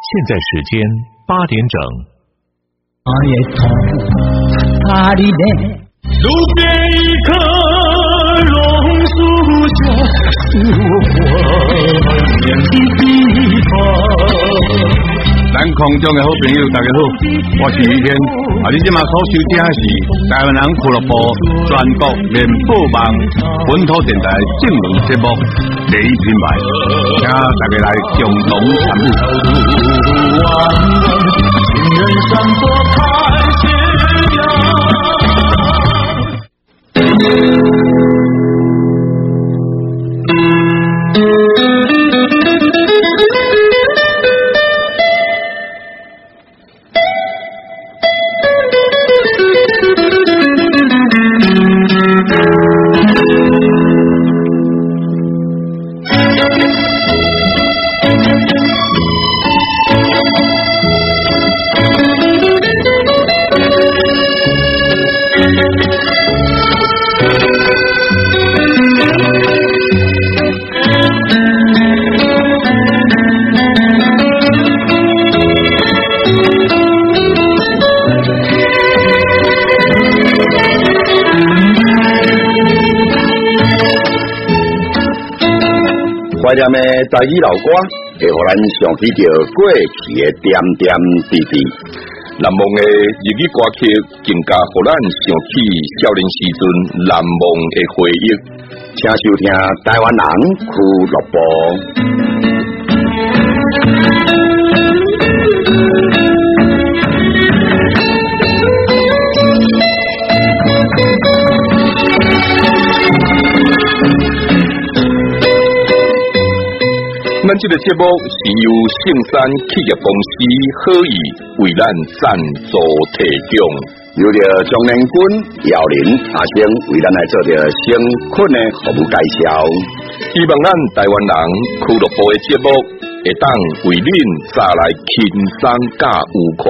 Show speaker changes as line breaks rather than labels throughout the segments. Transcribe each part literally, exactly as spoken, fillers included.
现在时间八点整。
路边一棵榕树下，是我怀念的地方。
咱空中的好朋友，大家好，我是于天。啊，你今嘛所收听的是台湾人俱乐部全国联播网本土电台正论节目第一品牌，请大家来共同参与。情人山坡看斜阳。
怀念的台语老歌，会互咱想起着过去的点点滴滴。难忘的日语歌曲，更加互咱想起少年时阵难忘的回忆。请收听台湾人俱乐部。咱这个节目是由圣山企业公司好意为咱赞助提供，由着张连军、姚林、阿星为咱来做着相关的服务介绍。希望咱台湾人俱乐部的节目会当为恁带来轻松加愉快。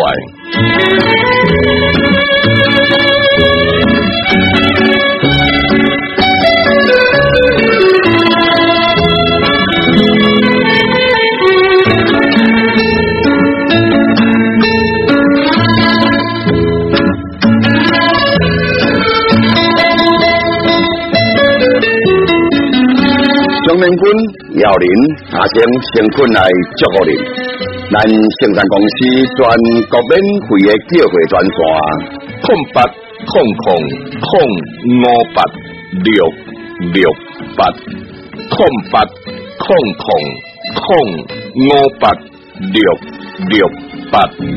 张连军、姚林、阿星先困来祝福您。咱圣山公司全国免费的叫货专线：空八空空空五八六六八，空八空空空五八六六八。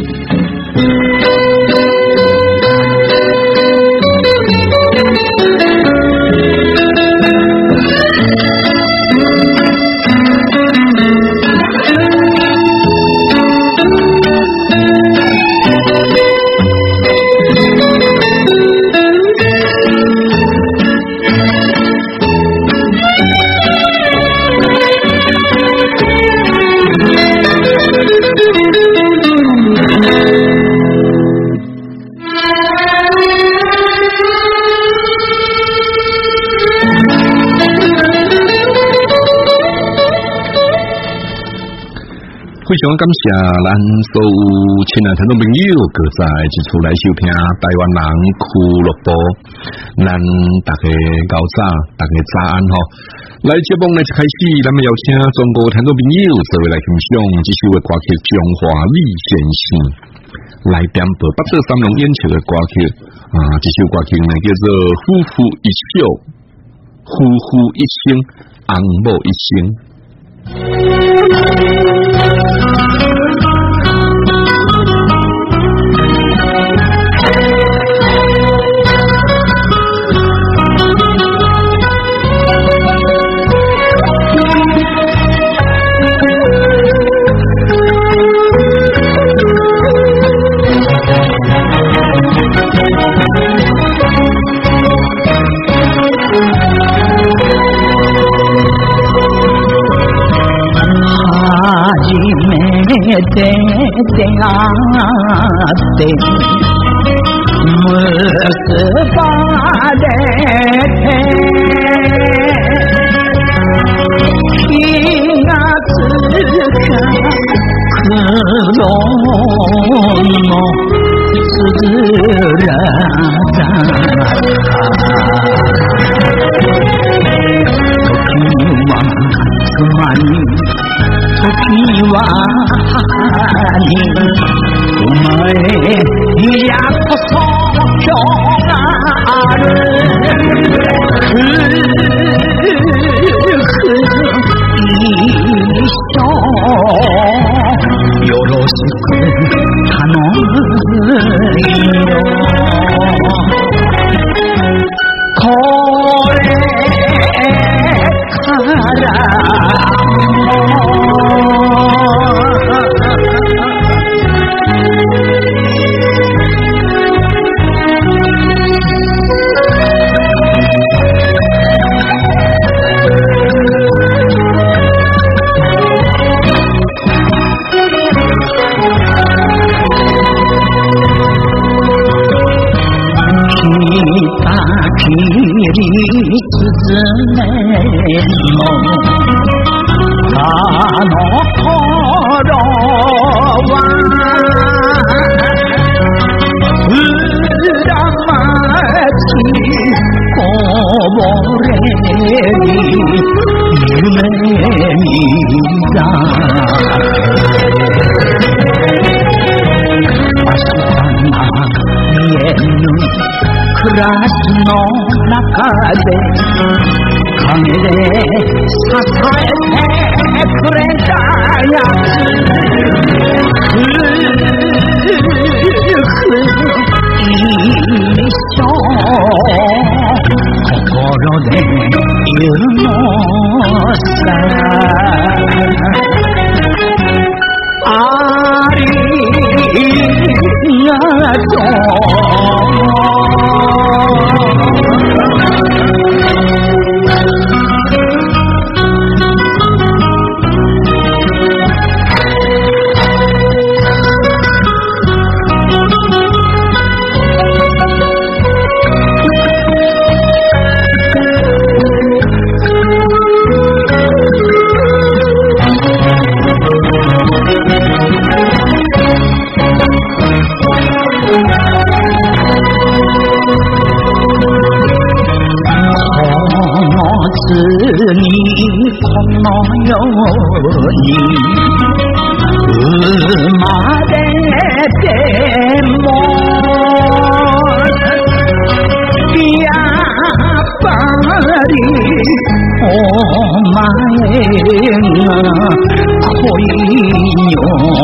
非常感谢咱所有亲爱听众朋友，各在一处来收听台湾人俱乐部。咱大家高早，大家早安吼！来节目呢一开始，咱们邀请中国听众朋友做为来欣赏这首的歌曲《中华历险记》，来点播八色三龙演唱的歌曲啊！这首歌曲呢叫做《夫妇一笑，夫妇一生，翁某一生》。
Te musfade the inga tsuka
時は母にお前にやこそ今日がある一生よろしく頼むよこれから切り進めのあの頃は裏町こぼれに夢見たあそこが見えぬ暮らしの中で陰で支えてくれたやつ一生心でいるのさありがとうにこの世に生まれてもやっぱりお前が恋よ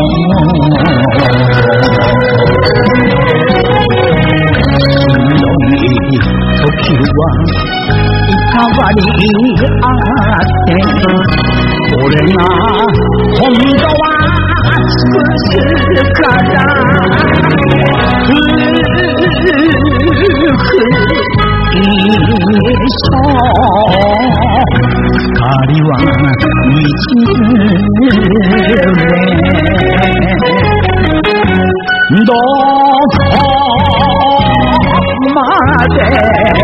白い時はいかわりあって俺が今度は尽くすから一生光は道連れどこまで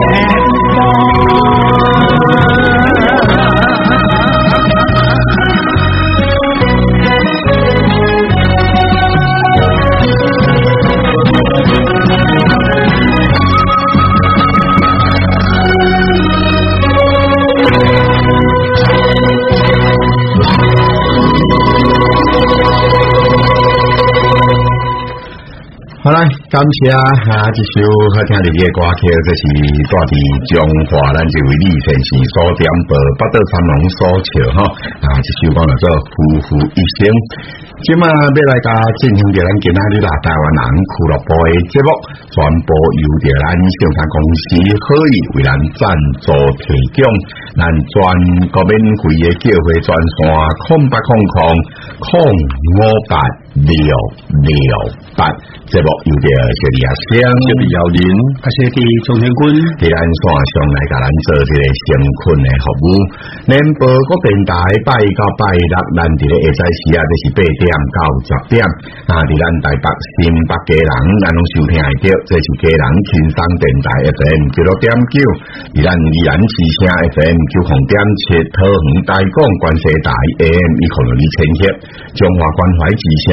好来，感谢啊！这首好听的歌歌曲，这是带伫中华咱这位李先生所点播八道三龙所唱哈啊！这首讲叫做夫妇一生。今嘛要来甲进行着咱今仔日啦台湾人俱乐部的节目，全部由着咱生产公司可以为咱赞助提供，咱全国免费的叫货专线空八空空空五八六六八。节目有着小李阿香、
小李姚林、阿小弟钟天军，
伫咱线上来甲咱做这个相困的服务。联播各电台拜到拜六，咱伫咧下早时啊，就是八点到十点啊，伫咱台北新北家人，咱拢收听会到，这是家人轻松电台 F M 九六点九，伫咱宜兰之声 F M 九零点七，桃园台港关西台 A M 一零二千赫，中华关怀之声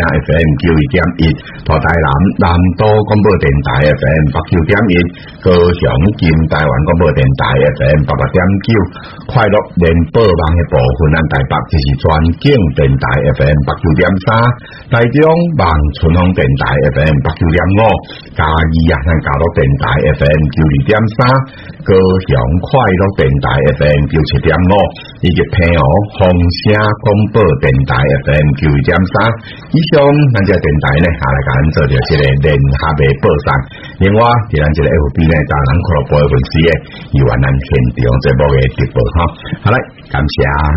F M 九一點一，大台南南都廣播電台 F M 八九點一，高雄金台灣廣播電台 F M 八八點九，快樂聯播網嘅部分，咱台北就是全景電台 F M 八九點三，台中望春風電台 F M 八九點五，嘉義啊，咱嘉樂電台 F M 九二點三，高雄快樂電台 F M 九七點五，以及平湖風聲廣播電台 F M 九二點三，以上咱這個電台呢，下來甲咱做着一個聯合嘅報送。另外，伫咱這個 F B 呢，當然俱樂部嘅粉絲嘅，以完咱現場節目嘅直播哈。好嚟，感謝。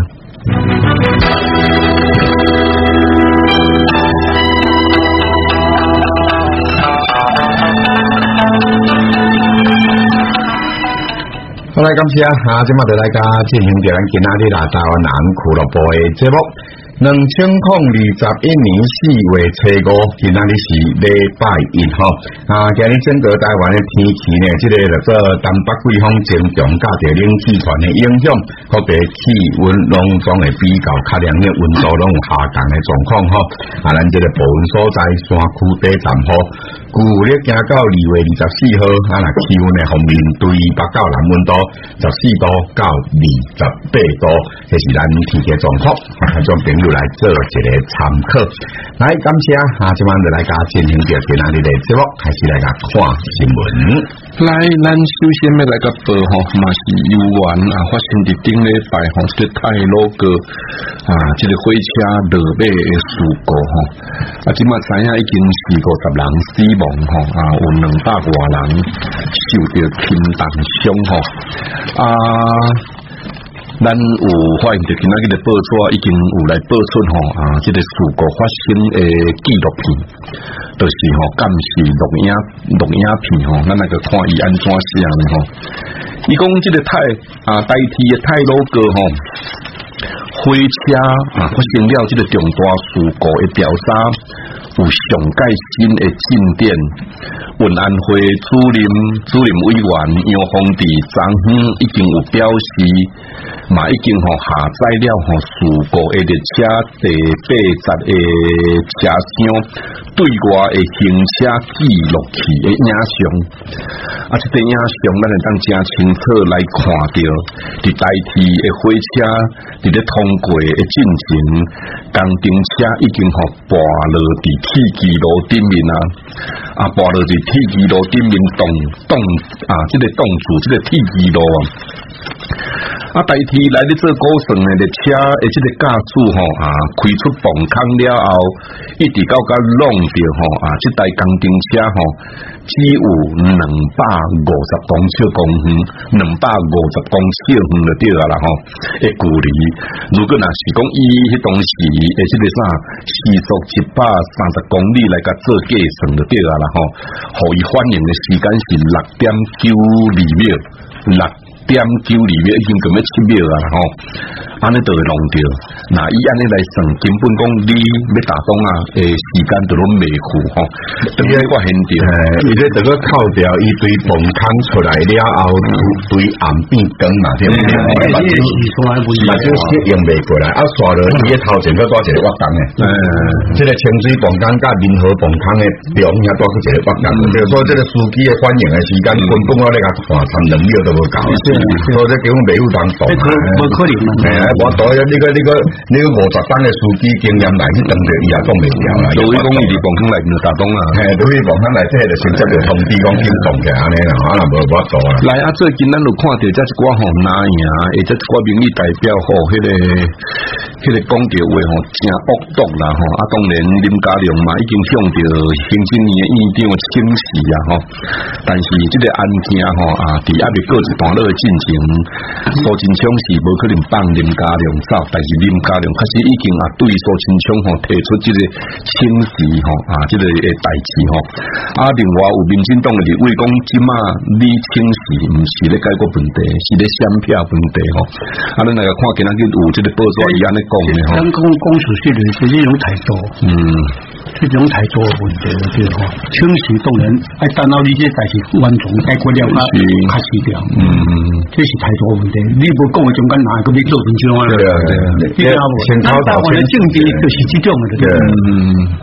好嚟，感謝啊！今日就大家進行着咱今仔日啦，台灣人俱樂部嘅節目。兩千零二十一年四月初五，今仔日是禮拜一吼。啊，今日整個台灣嘅天氣呢，即、這個就做東北季風增強，加着冷氣團嘅影響，各地氣溫攏總會比較較涼，嘅溫度攏有下降嘅狀況吼。啊，咱即個部分所在山區第站號，舊曆行到二月二十四號，啊，那氣溫嘅方面對北到南溫度十四度到二十八度，這是咱天氣狀況。啊，種朋友來做一個參考。來，感謝啊！今晚就來甲進行着今仔日嘅節目，開始來甲看新聞。
來，咱首先要來甲報吼，嘛是遊園啊，發生佇頂禮拜吼，即個泰魯閣啊，即個火車落馬嘅事故吼。啊，即馬知影已經是五十人死亡吼，啊，有兩百多人受着輕重傷吼。啊。咱有發現着今仔日嘅報紙已經有來報出吼啊，即、這個事故發生誒紀錄片，就是吼監視錄影錄影片吼，咱來個看伊安怎寫吼。伊講即個泰啊，台鐵嘅泰魯閣吼，火車啊發生了即個重大事故嘅調查有上蓋新嘅進展。運安會主任主任委員楊宏佇昨昏已經有表示，嘛已經吼下載了吼事故嘅列車第八十個車廂對外嘅行車記錄器嘅影像。啊，這個影像咱會當真清楚來看到，佇台鐵嘅火車佇咧通過嘅進程，工程車已經吼跋落佇鐵軌路頂面啊，啊跋落佇鐵軌路頂面動動啊，即、這個動住即個鐵軌路啊。啊，台鐵來咧做高層嘅列車，誒，即個駕駛吼啊，開出磅空了後，一直到甲弄着吼啊，即台工程車吼，只有兩百五十公尺公遠，兩百五十公尺遠就對啊啦吼，誒，距離如果若是講伊迄當時誒，即個啥時速一百三十公里來甲做計算就對啊啦吼，互伊反應嘅時間是六點九二秒，六點九二秒已經咁樣七秒啊吼，安尼就會弄掉。嗱，伊安尼來算，根本講你要打工啊，誒時間就攏未赴吼。等於我現場，
伊咧這個扣掉伊對泵空出來了後，對岸邊光嘛，對唔對？嘛就適應未過來，啊刷落伊嘅頭前個多一個挖洞嘅，嗯，即個清水泵空甲任何泵空嘅中遐多一個挖洞，所以這個司機嘅反應嘅時間，根本我咧甲看差兩秒都無夠。所以叫袂有人懂啊！
冇可能嘛！
誒，我當呢個呢個呢個五十單嘅司機經驗嚟去等着，伊也講袂了啦。
所以講伊哋放空嚟唔打工啊！
係，對於放空嚟，即係就直接就通知講驚動嘅安尼啦，可能無法度啦。
來啊！最近咱有看到即一寡吼哪樣，或者一寡民意代表吼，迄個迄個講嘅話吼，真惡毒啦吼！啊，當然林佳龍嘛已經向着行政院嘅院長請示啊吼，但是即個案件吼啊，佇壓力過一段落嘅進程，蘇貞昌是無可能放林佳龍走，但是林佳龍確實已經啊對蘇貞昌吼提出即個請示吼啊，即、這個誒代志吼。啊，另外有民進黨嘅立委講，即馬你請示毋是咧解決問題，是咧閃票問題吼。啊，咱來個看今仔日有即個報紙伊安尼講嘅吼。
咱講講出去的是呢種態度，嗯，呢種態度嘅問題對吼。請示當然，愛等到你這代志完全解決了，較較死掉。嗯，這是態度問題。你無講嘅中間哪個要做文章啊？對啊，對啊。你知無？咱台灣嘅政治就是這種嘅。嗯。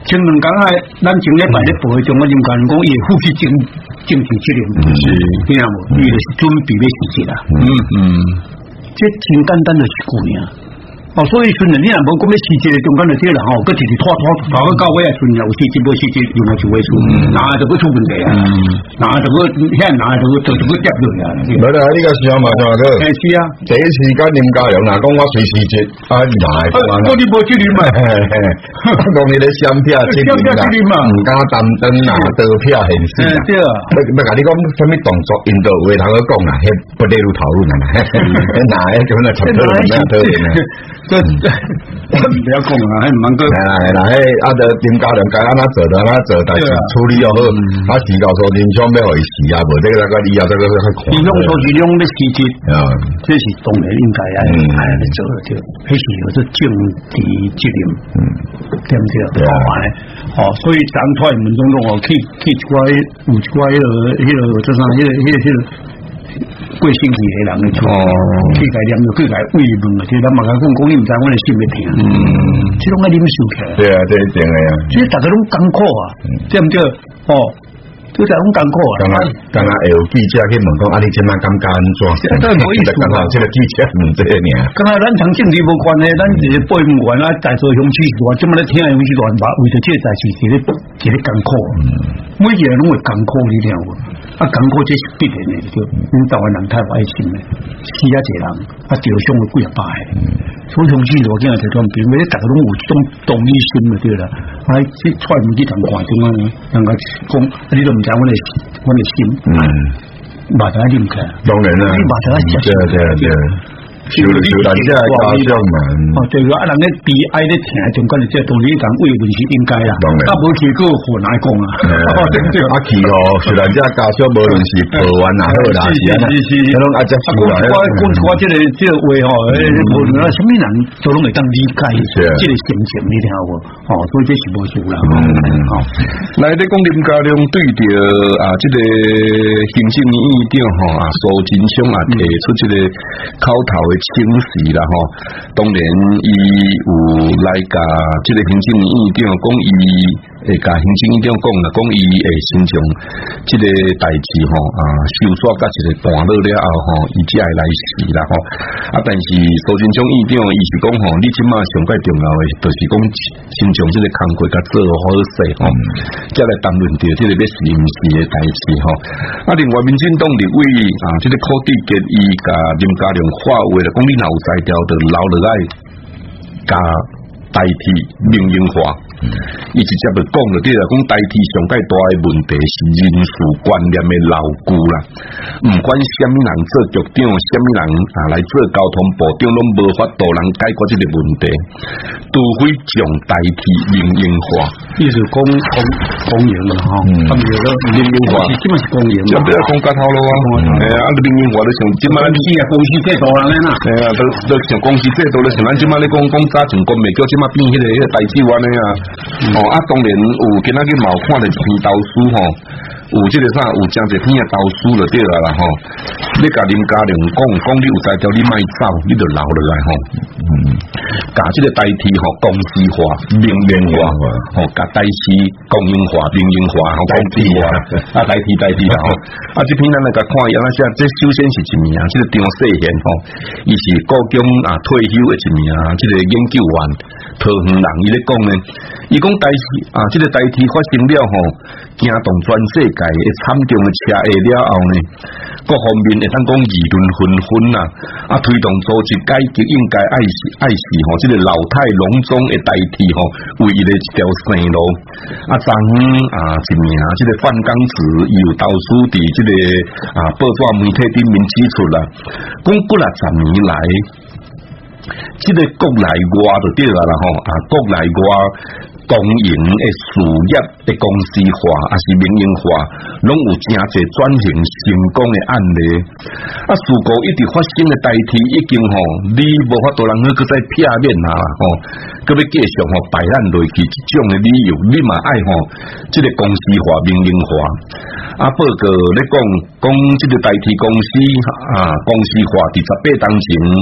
前两讲啊，咱前礼拜咧报中国人民讲伊负起政政治责任，是听无？伊就是准备要辞职啦。嗯嗯，这真简单就是句尔。哦，所以孙人你若无讲要辞职的中间就对啦吼，佮直直拖拖拖到到尾啊，孙人有辞职无辞职，用我就会输，哪就会出问题啊？哪就会遐哪就会就就会跌落啊！
无啦，你个想嘛，是嘛个？
哎是啊，
第一时间林家良若讲我随辞职，啊哪会？
我你无责任嘛？
讲你咧闪票责任嘛？唔敢担当啊，得票现实啊！对啊，要要甲你讲什么动作，因都有话通去讲啦，迄不列入讨论啦，哪会咁样插讨论咩讨论啊？
这我唔要讲啊，还唔能够。
系啦系啦，迄啊，得林家良该安怎做就安怎做，但是处理又好，啊，时到说林昌要互伊死啊，无这个那个以后这个去看。
利用说是利用的时机，啊，这是当然应该啊，哎来做的，迄是有是政治责任，嗯，对不对？好啊，哦，所以咱出来民众中哦，去去一寡有一寡迄个迄个做啥，迄个迄个迄个。过星期的人咧，哦，去改念就去改慰问啊，即咱嘛讲讲讲，你毋知阮的心要听，嗯，即种爱啉受起来，
对啊，这一定的啊，
其实大家拢艰苦啊，对毋对？哦，都在拢艰苦啊。
刚刚刚刚有记者去问讲，啊，你即摆感觉安怎？
这无意思啊，
这个记者问这个尔。
刚刚咱同政治无关系，咱是八五员啊，在座乡亲话，即摆咧听的乡亲乱话，为着这个代志，一个一个艰苦，每个人拢会艰苦，你听无？啊，艰苦这是必然的，就因台湾人太有爱心咧，死啊一个人，啊受伤会几啊百个，所以乡亲路今日就讲，并且大家拢有种同理心就对啦。啊，即出门去同看中啊，人家讲，啊你都唔知阮的阮的心，嗯，马仔啉起来，
当然啦，
你马仔食对
对对。受了受人家家长嘛，
哦，对个，啊，人咧悲哀咧听，中间即道理讲慰问是应该啦，啊，无去个好难讲啊，对不对？
啊，去哦，受人家家长无论是台湾也好啦，是啊，是，迄种啊，接受啦，
我讲我即个即个话吼，诶，无论啊，什么人都拢会当理解即个心情，你听无？哦，所以这是无错啦，
哦，来咧讲林家良对着啊，即个行政院长吼啊，苏贞昌啊，提出即个口头的。清晰啦吼，当然伊有来甲即个行政院长讲，伊会甲行政院长讲啦，讲伊会先从即个代志吼啊收煞甲一个段落了后吼，伊才会来试啦吼。啊，但是苏贞昌院长伊是讲吼，你即马上介重要的，就是讲先从即个工作甲做好势吼，才来谈论着即个要是毋是的代志吼。啊，另外民进党立委啊，即个柯志杰伊甲林佳龙话话。讲你若有才调，就留落来加代替民营化，伊直接就讲了啲啦，讲代替上界大嘅问题是人事观念嘅牢固啦。唔管什么人做局长，什么人啊来做交通部长，拢无法度人解决呢个问题，除非将代替民营化。
意思讲公公营啦，吼，咁樣咯，民營化，即係公營，
就比較講家頭咯啊，係啊，啊，民營化你像即馬你
啊公司制度啦啦，
係啊，都都像公司制度咧，像咱即馬你講講早前講未叫即馬變迄個迄個代志灣咧啊，哦啊，當然有今仔日嘛有看到篇投書吼。有即個啥，有真濟篇嘅投書就對啦啦吼。你甲林佳龍講，講你有才調，你莫走，你就留落來吼。嗯，甲即個代替吼公司化、民營化，吼甲代替公營化、民營化，吼代替化，啊代替代替啦吼。啊，即篇咱來甲看伊安怎寫，這首先是一名，即個張世賢吼，伊是高中啊退休嘅一名，即個研究員，桃園人伊咧講呢，伊講代替啊，即個代替發生了吼，驚動全世界。會慘重嘅車禍了後呢，各方面會當講議論紛紛啦，啊推動組織改革應該愛是愛是吼，即個老態龍鍾會代替吼，為伊嘅一條生路。啊，昨昏啊一名即個范剛子伊有投書佇即個啊報紙媒體頂面指出啦，講過六十年來，即個國內外就對啦啦吼，啊國內外。公營嘅事業嘅公司化，還是民營化，攏有真濟轉型成功嘅案例。啊，事故一直發生嘅代替已經吼，你無法度人去擱再片面啊，吼，擱要繼續吼擺爛落去，即種嘅理由，你嘛愛吼，即個公司化、民營化。啊，報告咧講，講即個代替公司啊，公司化第十八當前。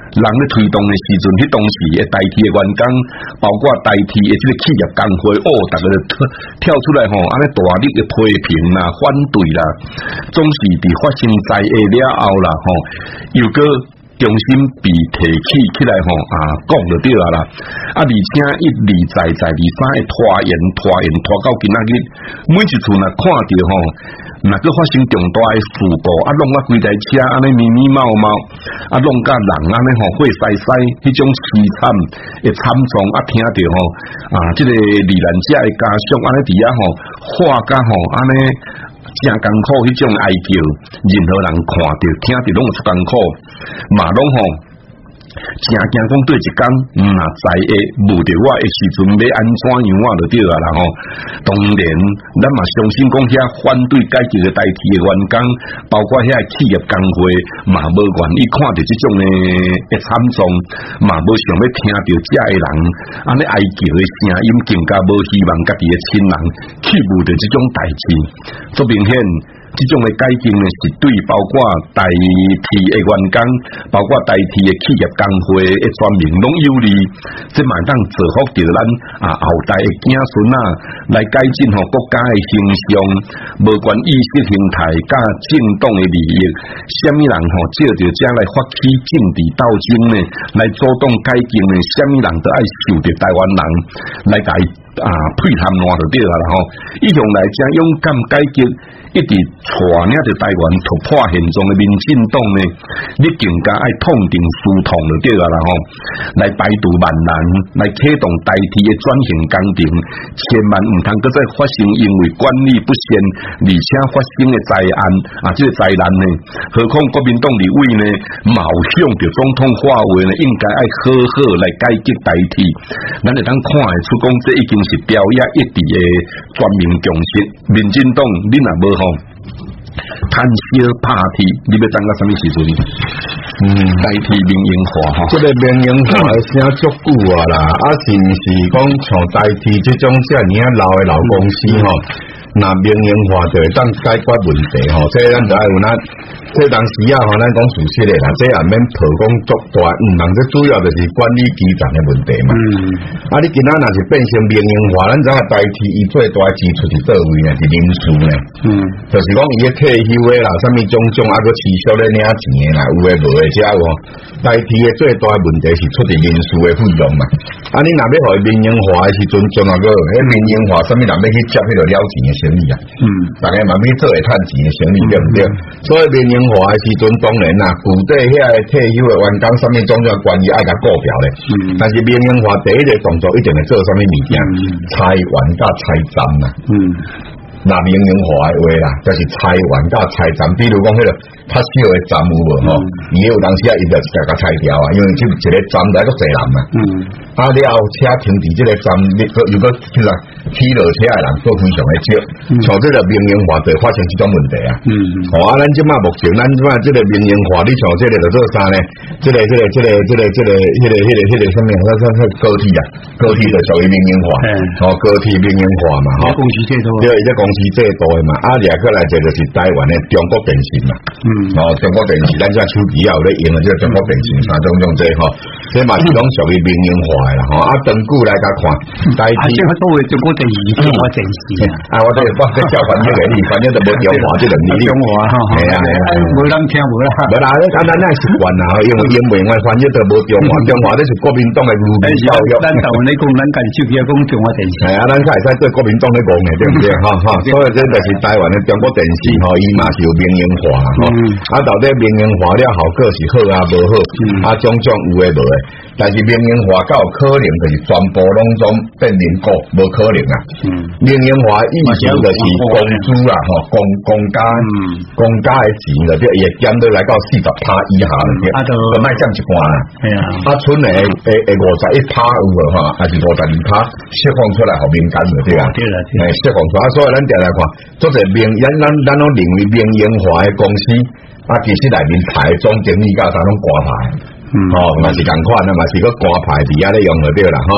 人咧推动的时阵，迄当时嘅代替嘅员工，包括代替嘅即个企业工会，哦，大家就跳出来吼，安尼大力嘅批评啦、反对啦，总是伫发生灾厄了后啦，吼，又个重新被提起起来吼啊，讲就对啊啦，啊，而且一而再再而三嘅拖延、拖延、拖到今仔日，每一次若看到吼。若个发生重大诶事故，啊，弄啊规台车安尼密密麻麻，啊，弄甲人安尼吼会西西，迄种凄惨诶惨状，啊，听着吼啊，即、这个罹难者诶家属安尼伫遐吼，话甲吼安尼真艰苦，迄种哀叫，任何人看着听着拢有出艰苦，嘛拢吼。真惊讲对一工，嗯啊，在诶无着我诶时阵要安怎样我就对啊啦吼。当然，咱嘛相信讲遐反对改革诶代替诶员工，包括遐企业工会，嘛无愿意看着即种诶诶惨状，嘛无想要听着遮诶人安尼哀叫诶声音，更加无希望家己诶亲人去无着即种代志，足明显。这种的改进呢，是对包括代替的员工，包括代替的企业工会的全民拢有利，这嘛当造福着咱啊后代的子孙啊，来改进吼国家的形象，无关意识形态甲政党的利益，什么人吼借着这来发起政治斗争呢，来主动改进呢，什么人都爱受着台湾人来改啊配合烂就对啦吼，一向来讲勇敢改革。一直带领着台湾突破现状的民进党呢，你更加爱痛定思痛就对啦吼，来摆渡万难，来启动代替的转型工程，千万唔通搁再发生因为管理不善，而且发生的灾案啊，这个灾难呢，何况国民党立委呢，嘛有向着总统话话呢，应该爱好好来改革代替，咱会当看得出讲，这已经是表演一致的全民共识，民进党你若无。贪小怕体，你要等到什么时阵？嗯，代替民营化哈。
这个民营化的声足久啊啦，啊是毋是讲像代替这种遮尔啊老的老公司吼？那民营化就会当解决问题吼，这咱就爱有咱，这当时啊吼，咱讲事实的啦，这也免抱讲足大，嗯，人这主要就是管理基层的问题嘛。嗯，啊，你今仔若是变成民营化，咱怎啊代替伊最大支出是倒位呢？是人事呢？嗯，就是讲伊个退休的啦，啥物种种啊个持续咧领钱的啦，有诶无诶，遮有吼。代替的最大问题是出伫人事的费用嘛。啊，你若要互伊民营化的时阵，仲啊个迄民营化，啥物人要去接迄个了钱的？生意啊，嗯，大家嘛要做会趁钱的生意，对不对？所以民营化的时阵，当然啦，具体遐个退休的员工，什么种种关于爱甲股票咧，嗯，但是民营化第一个动作一定会做什么物件，裁员甲裁站啦，嗯。那民营化的话啦，就是裁员甲裁站，比如讲迄个较少的站有无吼，伊有当时啊，伊就自家裁掉啊，因为即一个站来个侪人嘛，嗯，啊了后车停伫即个站，你个如果其实起落车的人都非常的少，像即个民营化就发生这种问题啊，嗯，好啊，咱即马目前咱即马即个民营化，你像即个就做啥呢？即个即个即个即个即个迄个迄个迄个什么？啥啥啥高铁啊，高铁就属于民营化，哦，高铁民营化嘛，吼，公司制度，对，这公司制度的嘛，啊，掠过来这就是台湾的中国电信嘛，嗯，哦，中国电信咱只手机也有咧用的，这中国电信三种种这吼，这嘛是讲属于民营化的啦，吼，啊，长久来甲看，代替
啊，这个作为中国电信，中国电信
啊，我这我这叫反正个，反正都无中华这两年，
中华哈，系啊，无人听无啦，
无啦，咱咱咱习惯啦，因为因为我反正都无中华，中华这是国民党的路线教育，
咱台湾你讲，咱家己手机讲中华电信，
系啊，咱才会使对国民党咧讲的，对不对？哈哈，所以这就是台湾的中国电视吼，伊嘛是有民营化吼，啊，到底民营化了效果是好啊无好，啊，种种有诶无诶，但是民营化较有可能就是全部拢总变民国，无可能啊。民营化意思就是公资啊，吼，公公家，公家诶钱了，即伊会减到来到四十趴以下了，啊，就卖降一半啦。系啊，啊，剩诶诶诶五十一趴有无哈，还是五十二趴释放出来互民间了，对啊，对啦，诶，释放出来，所以咱定来看，做者民咱咱咱拢认为民营化诶公司，啊，其实内面财总经理甲啥拢挂牌。嗯，哦，嘛是共款啊，嘛是个挂牌伫遐咧用就对啦，吼。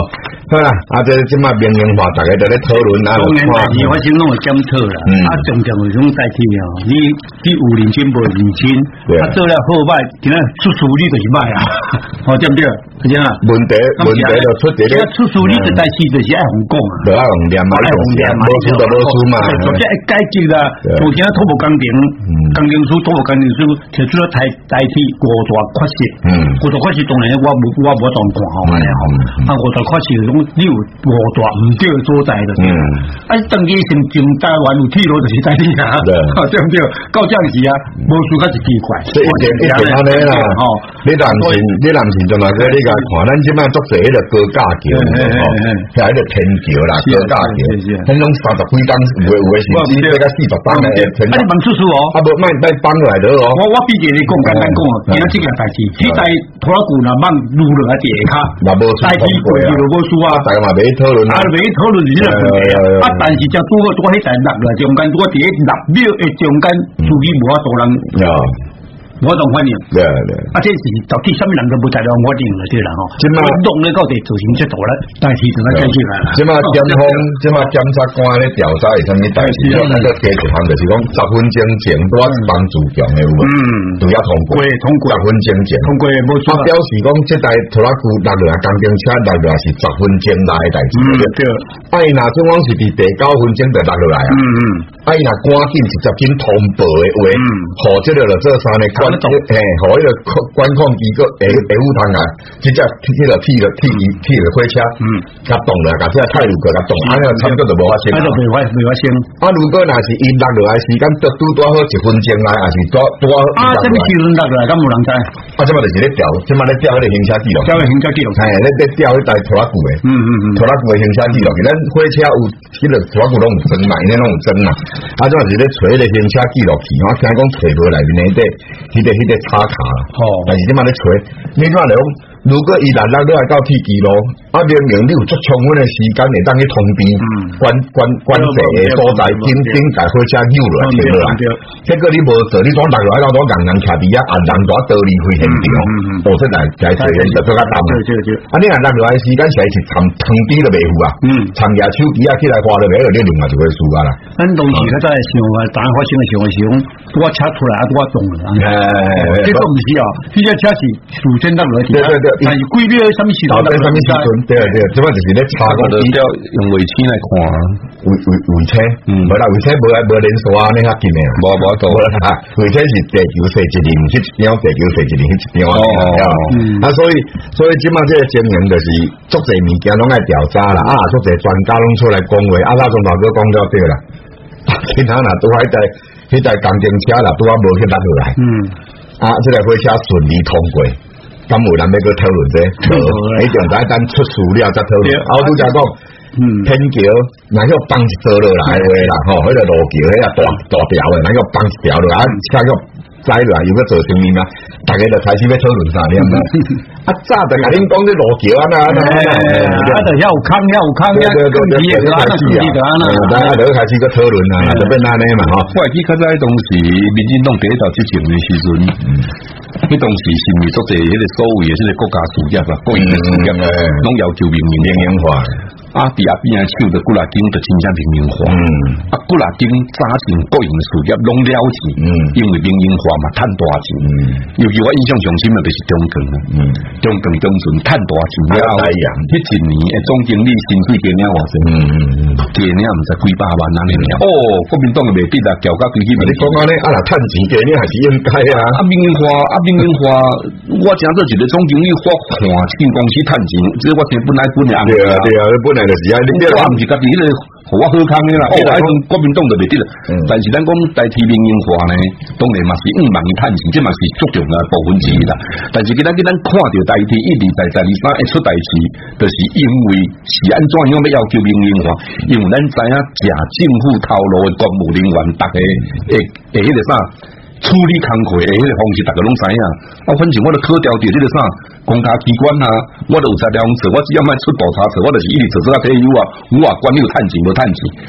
好啦，啊，这即马民营化，大家在咧讨论啊，
当然代志发生拢会检讨啦，啊，重点是种代替哦，你你有认真无认真，啊，做了好歹，今仔出事你就是歹啊，好对不对？是啊，
问题问题就出伫咧，
出事你这代志就是爱红讲啊，
就爱红念嘛，爱红念嘛，无输就无输嘛，
或者爱改革啦，目前土木工程，工程师土木工程师提出了代代替五大缺失，嗯，五大缺失当然我无我无当看好嘛吼，啊五大缺失种你有五大唔对的所在的，嗯，啊当地先进台湾有铁路就是代替啊，对不对？到这样时啊，无输较是奇怪，
所以一定一定安尼啦，吼，你男性你男性就来说你甲看，咱即摆做者迄个高架桥，吼，遐迄个天桥啦，高架桥，迄种三十几档有诶有诶是至少甲四十档诶，
啊你问叔叔哦，
啊无卖卖帮来得哦，
我我比着你讲简单讲哦，今仔即个代志，即代拖拉骨若慢撸落来地下，
那无输
代替过去就无输啊，
大家嘛袂讨论
啊，袂讨论是呢个问题啊，啊但是只拄好拄迄代落来中间，拄伫迄六秒诶中间，自己无法度人。我同反应，
对对，
啊，这是到底什么人都不在了，我定了对啦吼。
即马
弄咧到底执行这度咧，代替就来解决啦。
即马检方，即马检察官咧调查是啥物代志？那个第一项就是讲十分钟前多帮助强的有无？嗯，都要通过，
通过
十分钟前，
通过无错。
他表示讲，这台拖拉机落来工程车落来是十分钟内的代志。嗯，对。啊，伊若总讲是伫第九分钟就落落来啊。嗯嗯。啊，伊若赶紧直接紧通报的话，嗯，好，这个就做啥呢？管诶，好。迄个管控机构下下午通啊，直接迄个铁个铁铁个火车，嗯，甲动了，甲即个泰鲁格甲动，啊，那差不多就无发生。啊，
就未发未发生。
啊，如果若是伊落落来时间都拄拄好一分钟来，还是拄拄好。
啊，什么时阵落落来？敢无人知？
啊，即马就是咧调，即马咧调迄个行车记录，
调行车记录，
嘿，咧咧调迄台拖拉机诶，嗯嗯嗯，拖拉机诶行车记录，咱火车有迄个拖拉机拢有针嘛，因为拢有针嘛。啊，即马是咧找迄个行车记录器，我听讲找无内面迄个，迄个迄个插卡。哦，但是即马咧找，你看来讲，如果伊来落落来到铁机路，啊明明你有足充分诶时间会当去通知关关关制诶所在，紧紧甲火车扭落来停落来。结果你无做，你怎落落来到怎人人徛伫遐，啊人多道理会现场，哦，这来来找人就做较难啊。啊，你若落落来时间是是长长啲都袂赴啊，长夜手机啊起来花了袂，你另外就会输啊啦。
咱当时较早会想啊，当发生诶想是讲，拄我车出来啊，拄我动了。这个唔是啊，这个车是首先落来停。对对对，但是几秒什么时候？
什么时阵？对对，即摆就是咧查个资料，
用卫星来看，
卫卫卫车，嗯，无啦，卫车无无连锁啊，你较紧诶，
无无做
啦，卫车是地球设一零，迄一张地球设一零，迄一张啊，啊，所以所以即摆这个经营就是足侪物件拢爱调查啦，啊，足侪专家拢出来讲话，啊，那种大哥讲了对啦，其他若拄喺台迄台工程车啦，拄啊无去落落来，嗯，啊，这台火车顺利通过。咁有人要去讨论这，一定在等出事了再讨论。啊，我拄则讲，天桥哪个放一座落来话啦，吼，迄个路桥迄个大大条的，哪个放一条落来，下个栽落来又要做生意嘛？大家就开始要讨论啥了嘛？啊，早就甲恁讲这路桥啊，那那，
啊，就遐有坑，遐有坑，遐空气的啊，那空气的啊，
大家就开始去讨论啊，就变安尼嘛，吼。
我记较早当时民进党第一道执政的时阵。迄当时是咪做者迄个所谓的即个国家事业啦，国营的事业咧，拢要求民营民营化。啊，伫阿边啊手着古拉丁着真正民营化。嗯。啊，古拉丁早前国营事业拢了钱，嗯，因为民营化嘛趁大钱。嗯。尤其我印象上深的就是中共啦。嗯。中共中阵趁大钱了，迄一年诶总经理薪水加了偌济？嗯嗯嗯。加了毋知几百万安尼了。哦，国民党就袂得啦，交甲规去。
你讲安尼啊，若趁钱加了还是应该啊。
啊，民营化啊。民营化，我讲做一个总经理，我看进公司趁钱，这我听本来本来
对啊对啊，本来就是啊，你
我毋是家己迄个互我好康的啦。哦，爱讲国民党就袂得啦。但是咱讲代替民营化呢，当然嘛是五万趁钱，这嘛是足重要部分之一啦。但是今仔日咱看到代替一二代、二三会出代志，就是因为是安怎样要要求民营化，因为咱知影假政府头路的公务人员，大家会会迄个啥。处理工课的迄个方式，大家拢知影。啊，反正我都考调着这个啥公家机关啊，我都有在了做。我只要卖出大差错，我就是一直做做到退休啊。我啊管你有趁钱无趁钱，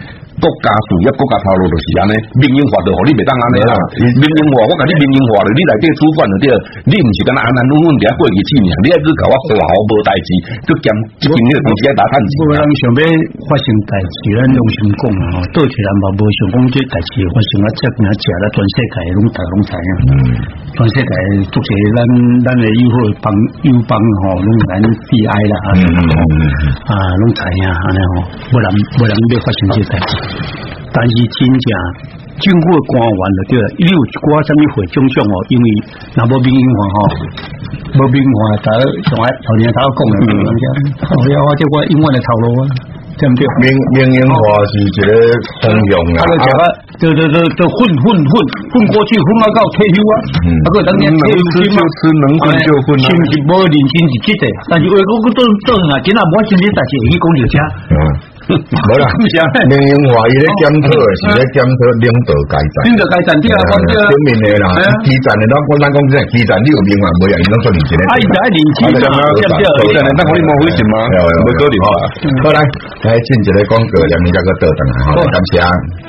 国家事业、国家头路就是安尼，民营化就互你袂当安尼啦。民营化，我甲你民营化了，你内底煮饭就对，你毋是干那安安稳稳伫遐过日子尔，你还去甲我花好无代志，就兼一边个同时爱打探钱。
无人想要发生代志，咱用心讲啊，吼，倒起来嘛无想讲这代志发生啊，这名食了全世界拢大拢知影，全世界足侪咱咱的友好帮友邦吼，拢咱悲哀啦，啊，拢知影安尼吼，无人无人要发生这代志，但是真正。政府的官员就对了，你有一寡什么会种种哦？因为若无民营化吼，无民营化，大家上海头年头讲的，好呀，我这我永远的头路啊，对不对？
民民营化是一个方向啊，
啊，就就就就混混混混过去，混到到退休啊，啊个当年退休金嘛，
吃能混就混啊，
是不是无认真是记得？但是为个个都都啊，今仔无真真代志会去讲着遮。
无啦，民营化伊咧检讨诶，是咧检讨领导改善。
领导改善对啊，我对啊，
前面诶啦，基站诶，咱讲咱讲真，基站你有民营化，无人能做年轻诶。
啊，伊就爱年轻嘛，对不对？
基站咱讲你莫灰心嘛，冇搞掂啊。
好来，来进一个广告，两名再个倒转来，好，感谢。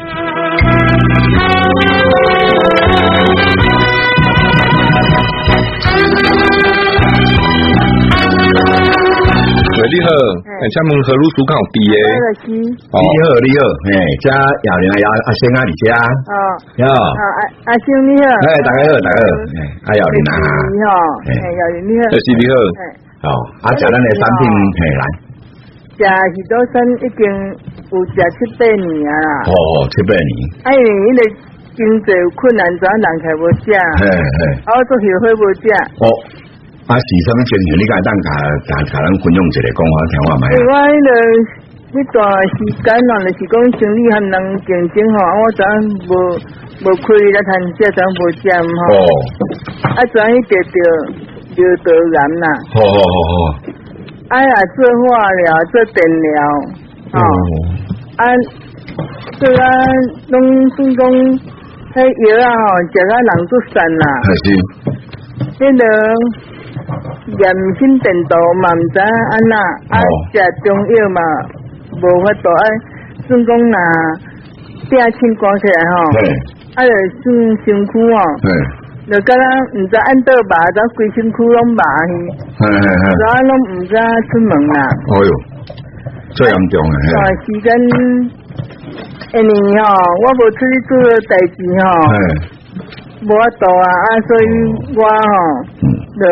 喂，你好，哎，请问何路苏港有地诶？
你好，你好，哎，遮姚玲啊，阿星啊，你遮？
哦，
哟，
啊阿阿星你好，
哎，大家好，大家好，哎，阿姚玲啊，
你好，哎，姚玲你好，
哎，是你好，
好，啊，食咱诶产品嘿来，
食许多生已经有食七八年啊啦，
哦，七八年，
啊因为迄个经济有困难，怎人开无食，
嘿嘿，
啊我做后悔无食，
哦。啊，是啥物情形？你敢当甲甲甲咱分享一个，讲我听我买。
因为我迄个迄段时间咯，就是讲生理和人竞争吼，我怎无无开来趁食，怎无食吼。哦。啊，怎去得着尿道癌啦？
好好好好。
啊呀，做化疗，做电疗，吼。啊，做啊，拢算讲，迄药啊吼，食啊人足散啦。
还是。
迄个。验心电图嘛毋知安那，啊食中药嘛无法度，啊算讲若摒清关起来吼，啊就算身躯吼，就敢若毋知按倒麻，怎规身躯拢麻去，怎拢毋敢出门啦。
哦哟，最严重诶！
段时间，下年吼，我无出去做代志吼，无法度啊，啊所以我吼就。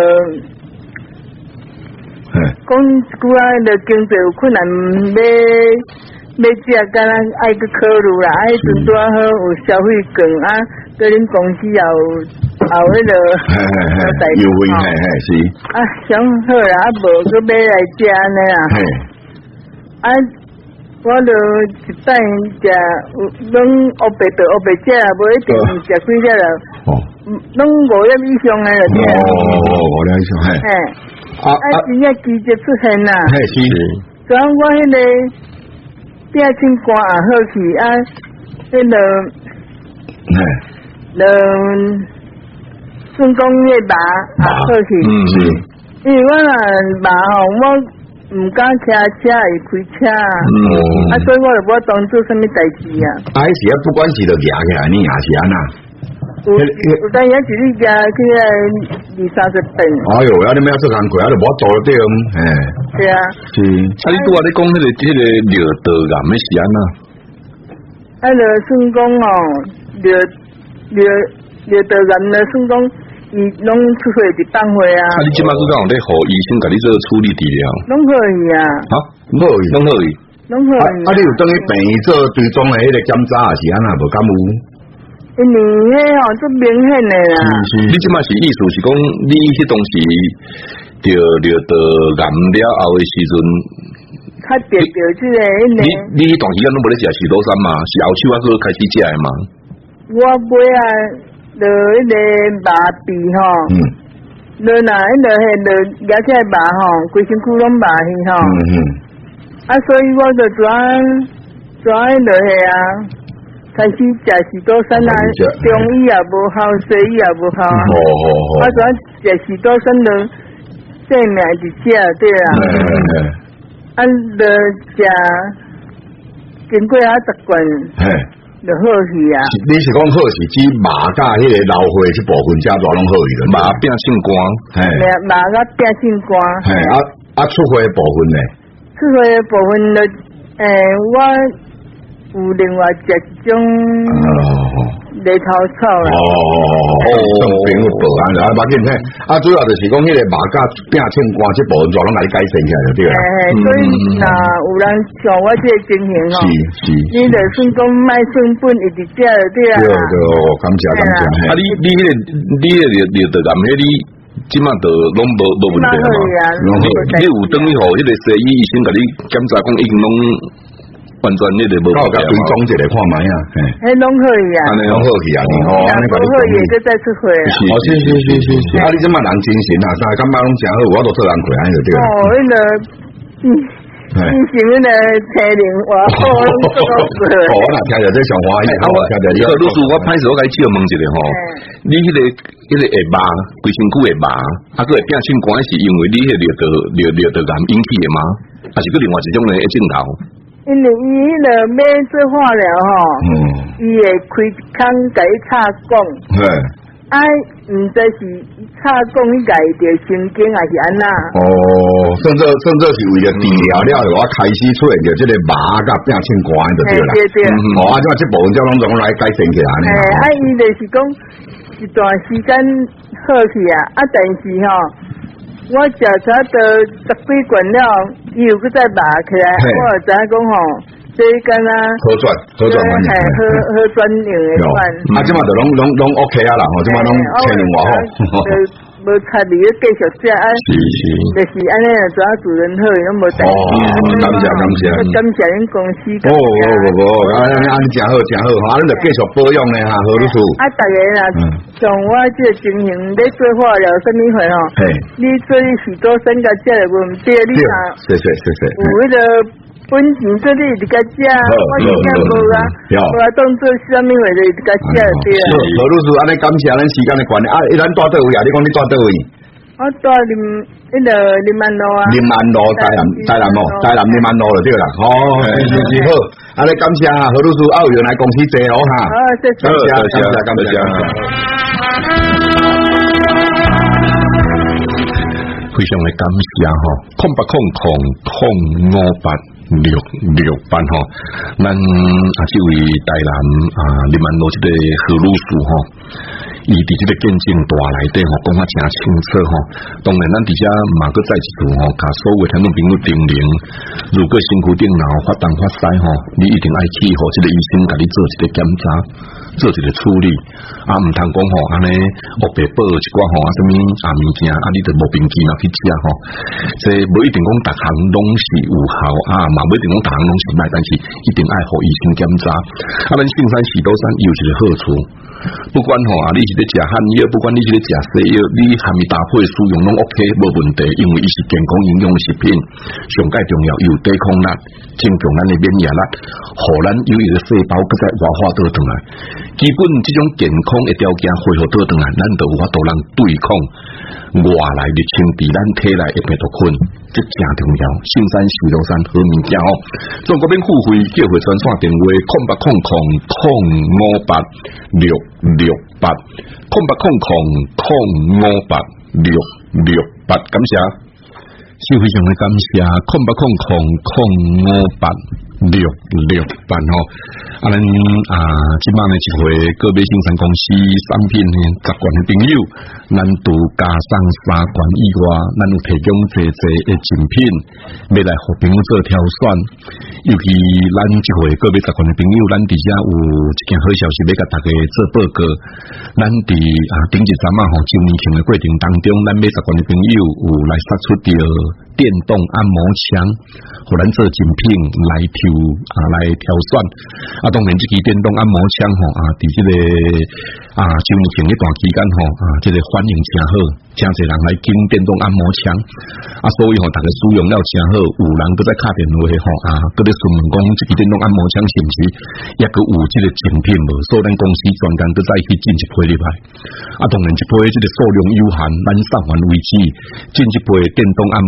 讲一句啊，就经济有困难，要要食，敢若爱去考虑啦。啊，迄阵拄啊好有消费券啊，对恁公司也有也有迄个代
优惠，嘿嘿是。
啊，想好啦，啊无去买来食安尼啦。啊，我就一摆食，拢乌白倒乌白食，无一定食几只啦。哦。拢五粒以上诶就对。
哦，五粒以上嘿。
嘿。啊！真正季节出现啦，
嘿是。
所以我迄个摒清肝也好去啊，迄个，嘿，就算讲迄麻也好去。嗯是。因为我若麻吼，我毋敢骑车会开车，嗯，啊，所以我就无当做啥物代志啊。
啊，迄时啊，不管是就举起来，你也是安那。
有有当然是你家去个二三十顿。
哎哟，啊你们要做工课，啊就无做对嗯，嘿。
对啊。
是。啊，你拄仔你讲迄个迄个尿道癌的是安那？
啊，就算讲哦，尿尿尿道癌就算讲，伊拢出血伫放血啊。啊，
你即摆是讲有咧，互医生甲你做处理治疗？
拢可以啊。
好，可以，
拢可以。
拢可以。
啊，你有等于病院做追踪的迄个检查，是安那无敢有？
因为迄吼足明显的啦。
是是，你即摆是意思是讲，你迄当时着着得癌了后的时阵，
较着着即个迄个。
你你迄段时间拢无咧食士多山嘛？是后手啊个开始食的嘛？
我买啊，着迄个麻痹吼，嗯，着若迄个迄个咬起来麻吼，规身躯拢麻去吼。嗯嗯。啊，所以我着转转迄个迄啊。开始食士多山啊，中医也无效，西医也无效。哦哦哦。我转食士多山就性命一食对啦。啊，就食经过啊十罐，
嘿，
就好去啊。
你是讲好是指麻甲迄个老花这部分加大拢好去了，
麻变性肝，
嘿，
麻甲变性肝，
嘿啊啊出血部分呢？
出血部分就诶，我有另外一种犁头草啦。
哦哦，算朋友报案了，啊，把紧嘿，啊，主要就是讲迄个麻甲变性肝这部分，全拢甲你改善起来就对啦。
嘿，所以若有人像我这个情形吼，
是是，
你就算讲卖成本一直食就对啦。
对对，感谢感谢。
啊，你你迄个你迄个你得干咩？你即马都拢无无问题嘛？你你有等于吼，迄个西医医生甲你检查讲已经拢完全你就无问题嘛？
追踪一个看卖啊，嘿，
迄拢可以啊，
安尼拢好去啊，哦，安尼甲你
讲。可以个再出血啊。
哦，是是是是是，啊，你即马人精神啊，啥感觉拢诚好，我都做人亏安就对啦。
哦，迄个嗯。你是那个车龄话，我拢做到过。
哦，我若听着这上欢喜，我听着你。
个律师，我歹势，我甲你借问一个吼，你迄个迄个下巴，规身躯下巴，啊，佫会变性肝，是因为你迄个尿道尿尿道癌引起的吗？还是佫另外一种的镜头？
因为伊迄个要做化疗吼，嗯，伊会开一孔甲伊插管。
嘿。
啊，毋知是插讲伊家己着神经还是安那？
哦，甚至甚至是为了治疗了，我开始出现着即个麻甲变性肝就对啦。
对对。
哦，啊，即即部分则拢总来改善起来呢。
诶，啊，伊就是讲一段时间好去啊，啊，但是吼，我食差到十几罐了，伊又搁再麻起来，我就知影讲吼。这干啊，
好转，好转反应，
好好转用的款。
啊，即马就拢拢拢 OK 啊啦，吼，即马拢千零外好。
无差别继续食啊，
是是，
就是安尼啊，做主人好，拢无代。
哦，感谢感谢，
感谢恁公司。
哦哦哦，安安安真好真好，哈，恁就继续保养呢哈，何律师。
啊，大家啦，像我这个情形，你做化疗什么货吼？
嘿，你
做许多身家这个问题，你啊，
谢谢谢谢。
有迄个。本钱做你一家食，我是讲无啊，无啊当做啥物话就一家食对啊。
何律师，安尼感谢咱时间的关系，啊，咱住倒位啊？你讲你住倒位？
我住林迄个林安路啊。
林安路台南台南哦，台南林安路就对啦。哦，是是是好，安尼感谢何律师，啊有来公司坐哦哈。
好，谢谢，
感谢感谢感谢。
非常的感谢吼，空八空空空五八六六班吼，咱啊这位台南啊林安路这个何律师吼，伊伫这个见证大内底吼，讲啊真清楚吼。当然咱伫遮嘛个再一次吼，甲所有听众朋友叮咛，如果身躯顶脑发东发西吼，你一定爱去互这个医生甲你做一个检查。做一个处理，啊，毋通讲吼，安尼黑白报一寡吼啊，什么啊物件啊，你着无凭据拿去食吼，这无一定讲逐项拢是有效啊，嘛无一定讲逐项拢是歹，但是一定爱互医生检查。啊，咱圣山喜多山有一个好处，不管吼啊，你是咧食汉药，不管你是咧食西药，你含咪搭配使用拢 OK 无问题，因为伊是健康营养食品，上介重要有抵抗力，增强咱的免疫力，互咱有一个细胞搁再活化倒转来。基本这种健康的条件恢复倒转来，咱就有法度人对抗外来的清敌咱体内的病毒菌，这真重要。圣山喜乐山好物件哦，中国免付费叫回专线电话：空八空空空五八六六八，空八空空空五八六六八，感谢，是非常的感谢，空八空空空五八。六六班吼，啊，咱啊，即摆呢一回个别生产公司产品呢，习惯的朋友，咱都加上三罐以外，咱有提供济济的精品，要来互朋友做挑选。尤其咱一回个别习惯的朋友，咱底下有一件好消息要甲大家做报告。咱伫啊顶一站啊吼，周年庆的过程当中，咱买习惯的朋友有来杀出着电动按摩枪，互咱做精品来挑。啊，来挑选啊！当然，这支电动按摩枪吼啊，伫这个啊周年庆一段期间吼啊，这个反应真好，真侪人来拣电动按摩枪啊，所以吼大家使用了真好，有人搁在敲电话吼啊，搁咧询问讲这支电动按摩枪是毋是也搁有这个精品无？所以咱公司专工搁再去进一批入来啊，当然一批这个数量有限，咱上完为止，进一批电动按摩枪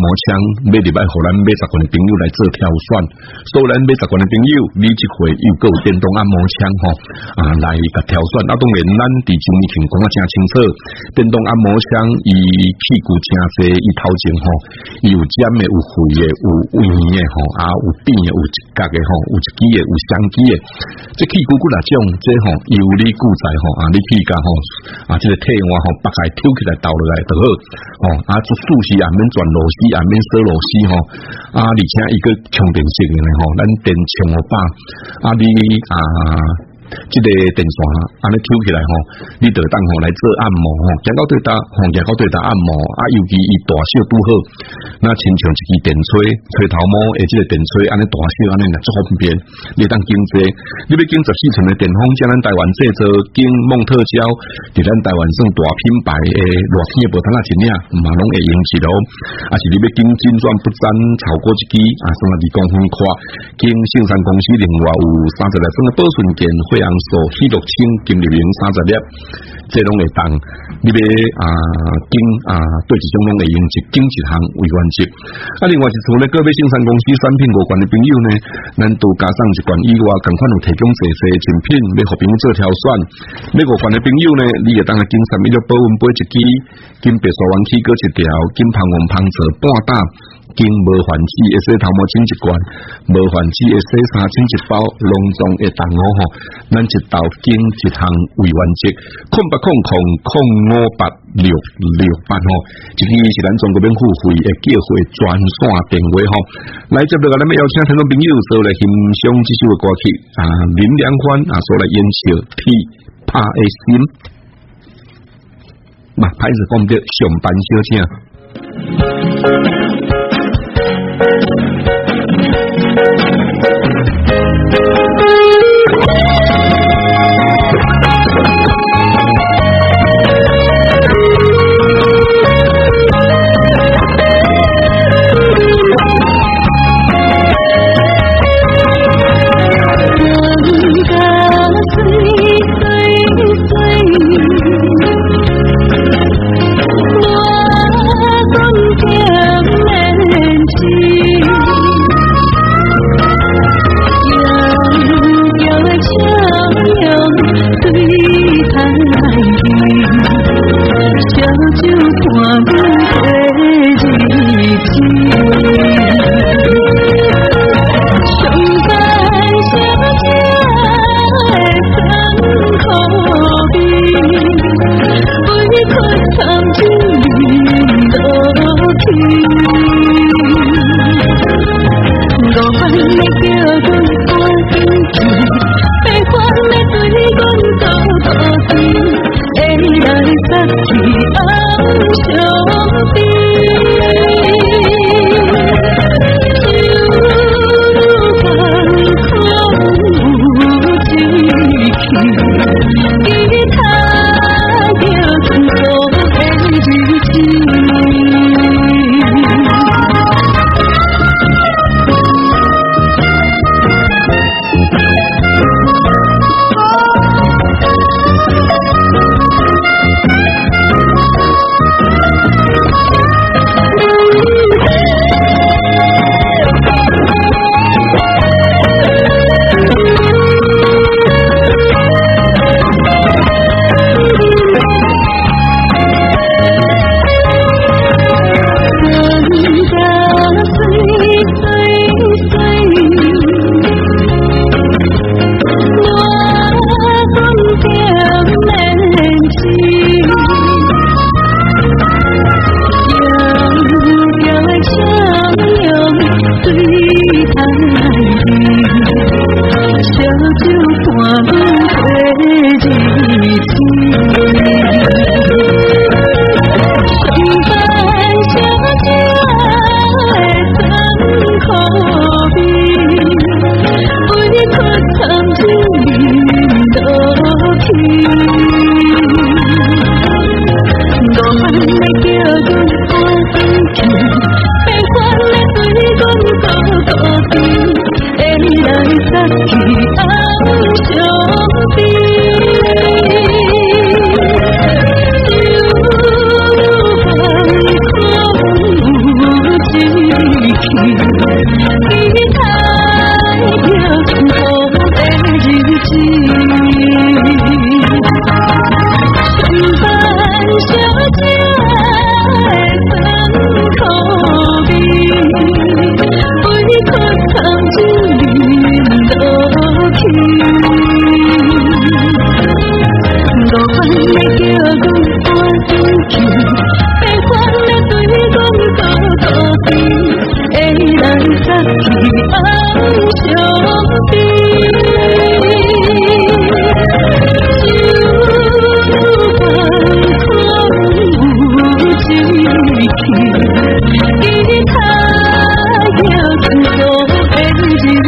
要入来互咱买十个朋友来做挑选，所以咱买十个朋友，你即回又够电动按摩枪吼啊来甲挑选。啊，当然咱伫周年庆讲啊真清楚，电动按摩枪伊器具真细，伊头前吼伊有尖的，有肥的，有圆的吼，啊有扁的，有一角的吼，有一支的，有双支的。这器具骨力种，这吼由你固在吼啊，你去甲吼啊，这个体换吼把开抽起来倒落来就好吼啊，做舒适也免转螺丝，也免锁螺丝吼啊，而且伊个充电性的吼，咱电充五百啊，你啊。即个电线安尼抽起来吼，你就当吼来做按摩吼，行到对搭吼，行到对搭按摩啊，尤其伊大小拄好，那亲像一支电吹吹头毛诶，即个电吹安尼大小安尼若足方便，你当经济，你要经十四寸的电风，将咱台湾制造经蒙特胶，伫咱台湾算大品牌诶，热天无通啊一领，嘛拢会用一路，啊是你要经金钻不沾超过一支啊，算啊二公分宽，经盛山公司另外有三十来份的保顺件。惠阳素、喜乐清、金利明三十粒，这拢会当。你要啊经啊对一种拢会用一经一项为原则。啊，另外一处咧，各位生产公司产品无关的朋友呢，咱都加上一罐以外，共款有提供这些产品，要互朋友做挑选。要无关的朋友呢，你会当来经三米了保温杯一支，经白沙湾起过一条，经胖王胖做半打。经无环器会洗头毛巾一罐，无环器会洗衫巾一包，隆重会当我吼，咱一道经一项为原则，空八空空空五八六六八吼，这个是咱中国免付费的叫货专线电话吼。来接落来，咱们邀请听众朋友做来欣赏这首歌曲啊，林良欢啊所来演唱《天拍的心》，嘛，歹势讲着上班小姐。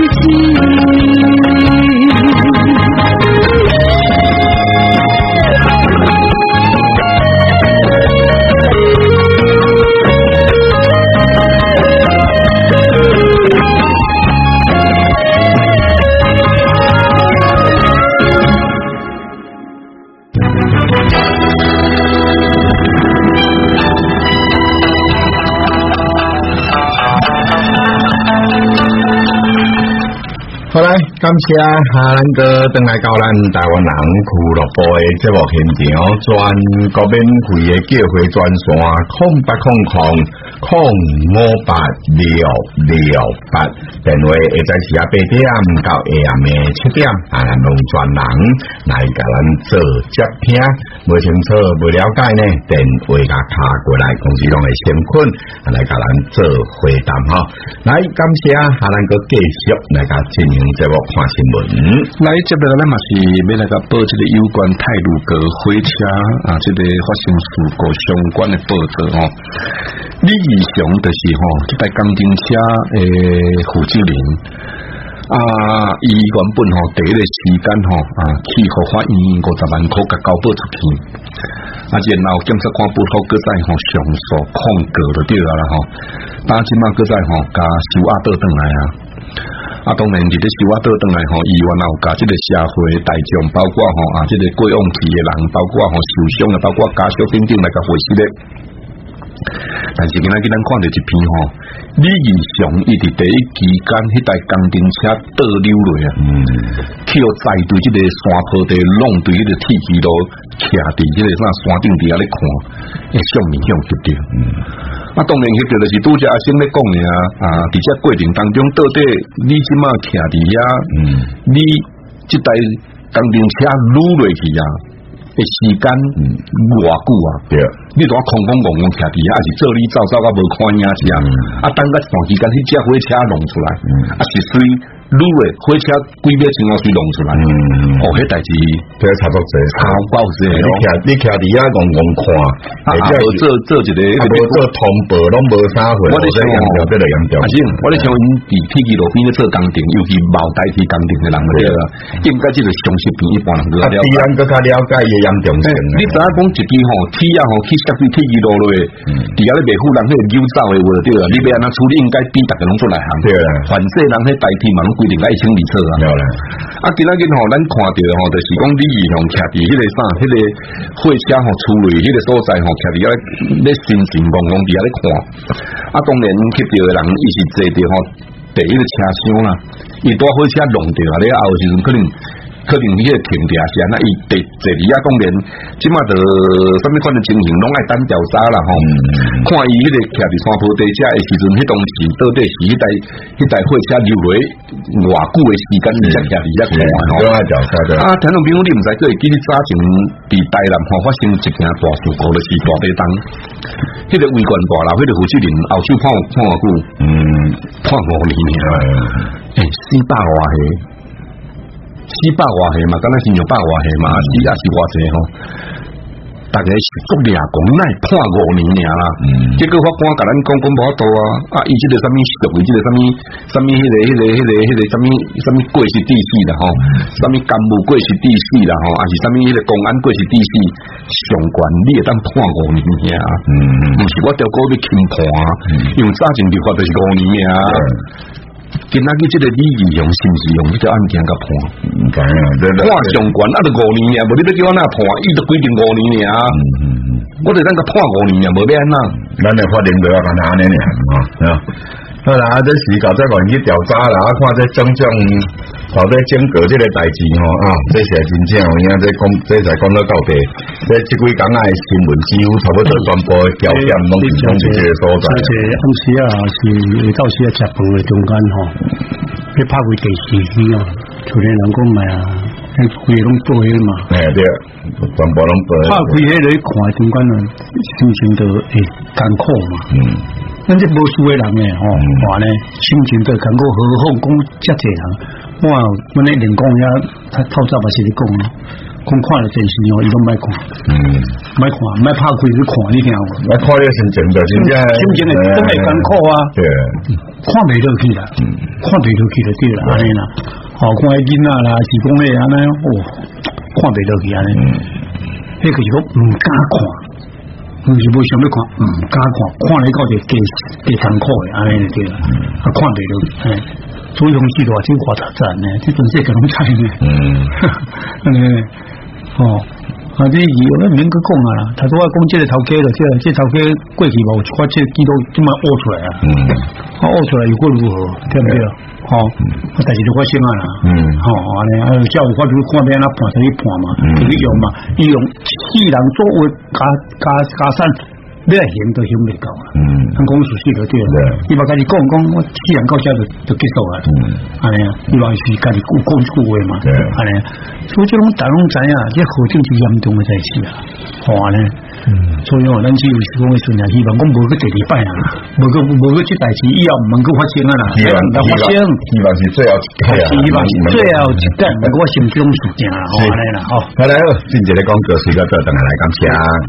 好来，感谢哈咱哥登来到咱台湾人俱乐部的节目现场，全国免费的叫回专线空八空空空五八六六八，电话会在时啊八点到下暗的七点，啊，咱拢全人来甲咱做接听，无清楚无了解呢，电话甲卡过来，公司拢会先困来甲咱做回答哈。来，感谢哈咱哥继续来甲进行。这个看新闻，
来这边咱嘛是要来个报这个有关太鲁阁火车啊，这个发生事故相关的报道哦。李义雄就是吼，这台钢筋车诶负责人啊，伊原本吼第一个时间吼啊，去互法院五十万块甲交保出去，啊，然后检察官不好搁再吼上诉控告就对了啦吼，但即马搁再吼甲收押倒转来啊。啊，当然，伫咧收押倒转来吼，伊原来有甲即个社会大众，包括吼啊，即、這個过往期嘅人，包括吼受伤嘅，包括家属等等来甲回息咧。但是今仔日咱看到一篇吼，李義祥伊伫第一期間，迄台鋼筋車倒溜落啊，嗯，去到在對即個山坡地弄對迄個鐵軌路，徛佇迄個啥山頂底下咧看，誒，相面向翕着。嗯，啊，當然翕着就是拄只阿星咧講嘅啊，啊，佇只過程當中，到底你即馬徛佇遐，嗯，你即台鋼筋車擼落去啊？嘅時間偌久啊？對，你當空空怣怣徛佇遐，還是做你走走甲無看影子啊？啊，等個段時間，迄隻火車弄出來，啊是水擼誒火車幾秒鐘啊水弄出來，哦，迄代志，
對，差不多濟，
超爆濟咯。
你徛你徛佇遐怣怣看，
啊啊，無做做一個，
啊無做通報，攏無啥貨，我哋想嚴重，比較嚴重。
啊，是，我哋想因佇鐵軌路邊咧做工程，尤其冇代替工程嘅人嗰啲啊，應該即個常識比一般人都了解。啊，自然更加了解伊嚴重性。你知影講一支吼鐵啊吼去設對鐵軌路落，佇遐咧袂負人迄個扭走嘅話對啊，你要安怎處理？應該比逐個攏出來行。對啊，凡世人迄代替嘛，攏規定愛清理車啊。對啦。啊，今仔日吼，咱看到吼，就是講李義雄徛佇迄個啥，迄個火車吼處理迄個所在吼，徛佇遐咧心情怣怣佇遐咧看。啊，當然翕到嘅人，伊是坐着吼第一個車廂啦，伊大火車弄着啊，咧後時陣可能。可能迄個停定時啊，那伊第第二啊，當然，即馬就什麼款嘅情形，攏愛單調查啦吼。嗯、看伊迄個徛佇山坡地遮嘅時陣，迄當時到底是迄台迄台火車流落偌久嘅時間，才徛佇遐看吼。啊，聽眾朋友，你毋知佢會記得早前佇台南吼發生一件大事故，就是大地震。迄個維權大樓，迄個負責人後手判判偌久？嗯，判五年啊。誒、欸，四百外歲。四百外歲嘛，敢若是兩百外歲嘛，是也是偌濟吼。大家是足掠講，乃判五年爾啦。嗯、結果法官甲咱講講無法度啊，啊，伊即個啥物屬於即個啥物啥物迄個迄個迄個迄個啥物啥物過失致死啦吼，啥物幹部過失致死啦吼，還是啥物迄個公安過失致死，上懸你會當判五年爾啊。嗯，毋是我條股要輕判啊，嗯、因為早前條法就是五年爾啊。今仔日即個李義雄是毋是用呢條案件甲判？唔知啊，判上懸啊，就五年爾，無你要叫我哪判？伊就規定五年爾啊。嗯嗯嗯，我哋等佢判五年爾，無要安怎？
咱嘅法庭就要咁安尼爾啊。好啦，這是搞這個去調查啦，看這種種到底整個這個代誌吼啊，這是真正有影，這講這才講到到底，這這幾工仔新聞幾乎差不多全部焦點攏集中喺這個所在。而且暗時啊，是到時啊，食飯嘅中間吼，要拍開電視機哦，厝裡人講咪啊，迄規個攏報嘅嘛。誒對，全部攏報。拍開迄個看中間啊，心情都會艱苦嘛。嗯。咱這無輸嘅人誒吼，話咧心情都感覺何況講遮濟人，我阮咧連講遐，他透早嘛是咧講咯。
讲看了电视哦，伊都唔爱看，嗯，唔爱看，唔爱拍开去看，你听无？
我看了心情就真正
心情会都会艰苦啊，
对，
看袂落去啦，看袂落去就对啦，安尼啦，哦，看迄囡仔啦，是讲咧安尼哦，看袂落去安尼，迄个是讲唔敢看，唔是无想要看，唔敢看，看了到就加加艰苦诶，安尼就对啦，啊，看袂落去，嘿。所以讲是偌少花茶站呢，这真是个拢菜呢。嗯，嗯，哦，啊，这以后那免个讲啊啦，他说我讲这个头家了，这这头家过去无，我这几多这么挖出来啊，嗯，啊挖出来有过如何，对不对？好，但是就发现啊啦，嗯，好，安尼啊，叫我比如看边那盘才去盘嘛，就去用嘛，伊用四人作为加加加散。你来嫌都嫌未够啊！嗯，讲熟悉就对了。伊话家己讲讲，我四人到遮就就结束啊。嗯，安尼啊，伊话是家己讲讲一句话嘛。对，安尼，所以这种大拢知啊，这好政是严重的在是啊。好安尼，嗯，所以哦，咱只有是讲的时阵啊，希望讲无去第二摆啊，无去无去这代志以后唔能够发生啊啦。
希望希望希望是最后一届啊，
希望是最后一届，能够发生这种事情啦。好安尼啦，好。
好来，进一个广告时间，再等下来感谢。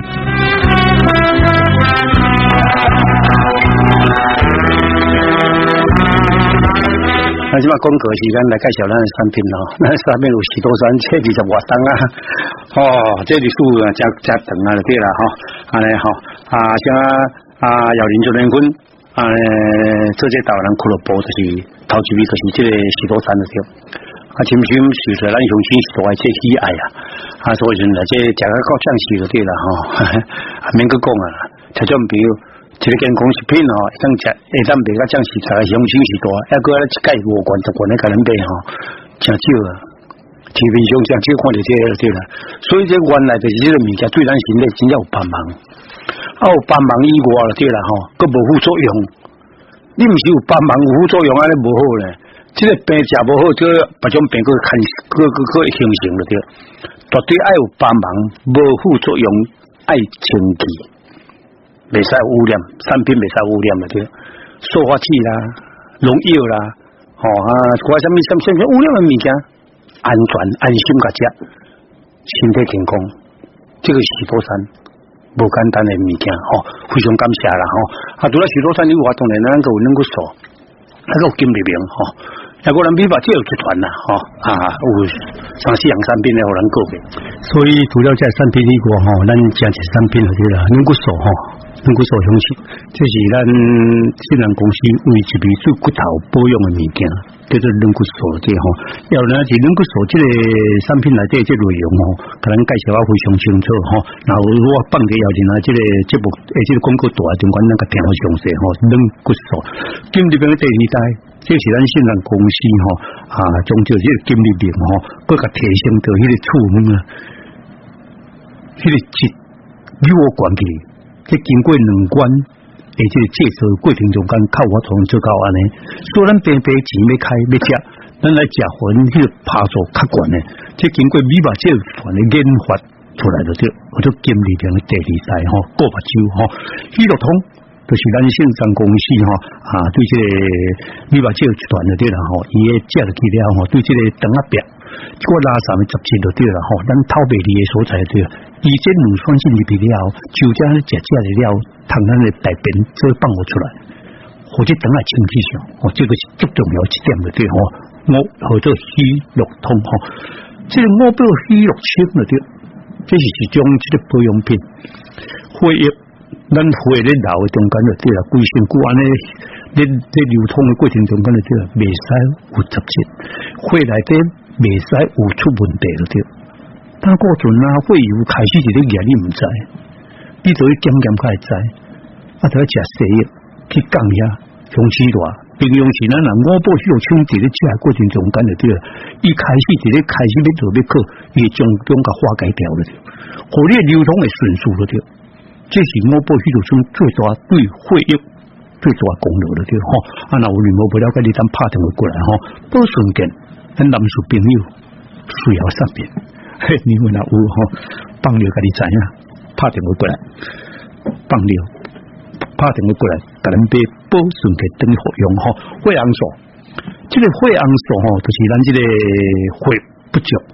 那即嘛广告时间来介绍咱的产品咯，咱产品有许多山车二十外吨啊，哦，这里数啊加加长啊就对啦吼，安尼吼啊像啊姚林主任君啊做这导人俱乐部就是头一位就是这个许多山的对，啊深深受着咱乡亲许多的这喜爱啊，啊所以说呢这食个够酱油就对啦吼，啊免去讲啊，就种比如。一个健康食品吼，会当食，会当卖甲酱食材，乡亲是大，还过来一届五罐十罐咧，甲咱卖吼，真少啊。市面上真少看到这个对啦，所以这原来就是这个物件对咱身体真正有帮忙，啊有帮忙以外了对啦吼，佮无副作用。你毋是有帮忙有副作用安尼无好咧，这个病食无好，这别种病佮看佮佮佮形成了对，绝对爱有帮忙，无副作用，爱清气。袂使污染，产品袂使污染了对，塑化剂啦、农药啦，吼啊，或什么什么什么污染的物件，安全安心甲食，身体健康，这个许多山无简单的物件吼，非常感谢啦吼。啊，除了许多山以外，当然咱个有能够说，那个金利明吼，还个人比法只有集团啦吼，啊有三四样产品咧，互人购买。所以除了这产品以外吼，咱加一产品就对啦，能够说吼。能够所相信，这是咱新人公司为一味做骨头保养的物件，叫做能够所这吼。要呢是能够所这个产品内底这内容吼，可能介绍啊非常清楚吼。然后如果放在要紧啊，这个节目诶，这个广告大中间那个听好详细吼，能够所今日边的第二代，这是咱新人公司吼啊，从这这个金利明吼，佮佮提升到迄个触门啊，迄个质比我关起。这经过两关，而且介绍过程中间靠我同做到安尼，虽然平平钱要开要食，咱来食魂迄个拍数较悬呢。这经过米把这团的研发出来就对，我就金利平的第二代吼，过目睭吼，喜乐通就是咱信商公司吼啊，对这个米把这团就对啦吼，伊个食落去了吼，对这个肠仔壁。我拉上面十七就对了吼，咱偷白梨的所在对，以前乳酸性入去了，就将食食的了，糖咱的大便再放我出来，或者等下清气上，哦，这个是最重要一点的对吼，我或者喜乐通吼，这个我不要喜乐清了对，这是一种这个保养品，血液咱血咧流的中间就对了，规身躯安尼咧咧流通的过程中间就对了，袂使有杂质，血内底。袂使有出问题了对，但过阵啊，会有开始一个压力唔知，你就去渐渐开始知，啊，就要食西药去降下雄起大，平常时咱人我不需要清伫咧食过程中间就对了，一开始伫咧开始要做要课，伊将中甲化解掉了对，互你流通会顺速了对，这是我不需要从最大对血液最大功劳了对吼，啊，那有任何不了解你当拍电话过来吼，保顺健。咱男士朋友需要上边，嘿，你问哪有吼？放尿甲你知影，拍电话过来，放尿，拍电话过来，甲咱买保顺嘅等服用吼，血红素，这个血红素吼，就是咱这个血不足，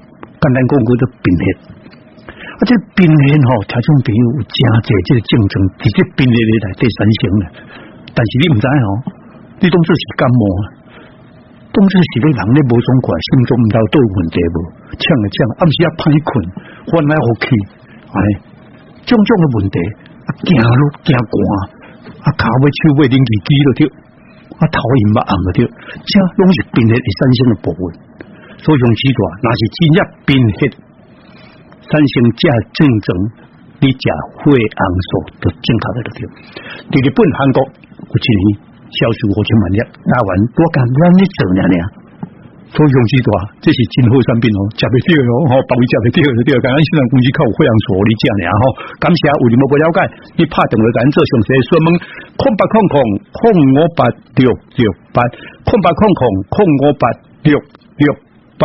简单讲，叫做贫血。啊，这贫血吼，听众朋友有真侪这个症状，直接贫血里来第三型了。但是你唔知吼，你当作是感冒，当作是咧人咧无爽快，心中唔知都有问题无，呛啊呛，暗时啊歹困，翻来覆去，哎，种种嘅问题，啊惊咯惊寒，啊骹尾手尾冷气机咯对，啊头晕目红咯对，这拢是贫血第三型嘅部分。所以用起大，若是真正贫血产生这症状，你食血红素就正确嘅咯对。伫日本、韩国有一年销售五千万粒，台湾多简单咧做呢呢。所以用起大，这是真好产品哦，食袂到哦，吼，别位食袂到就对。刚刚现在公司靠有血红素你食呢吼，感谢有你无不了解，你拍电话甲咱做详细询问，空八空空空五八六六八，空八空空空五八六六八。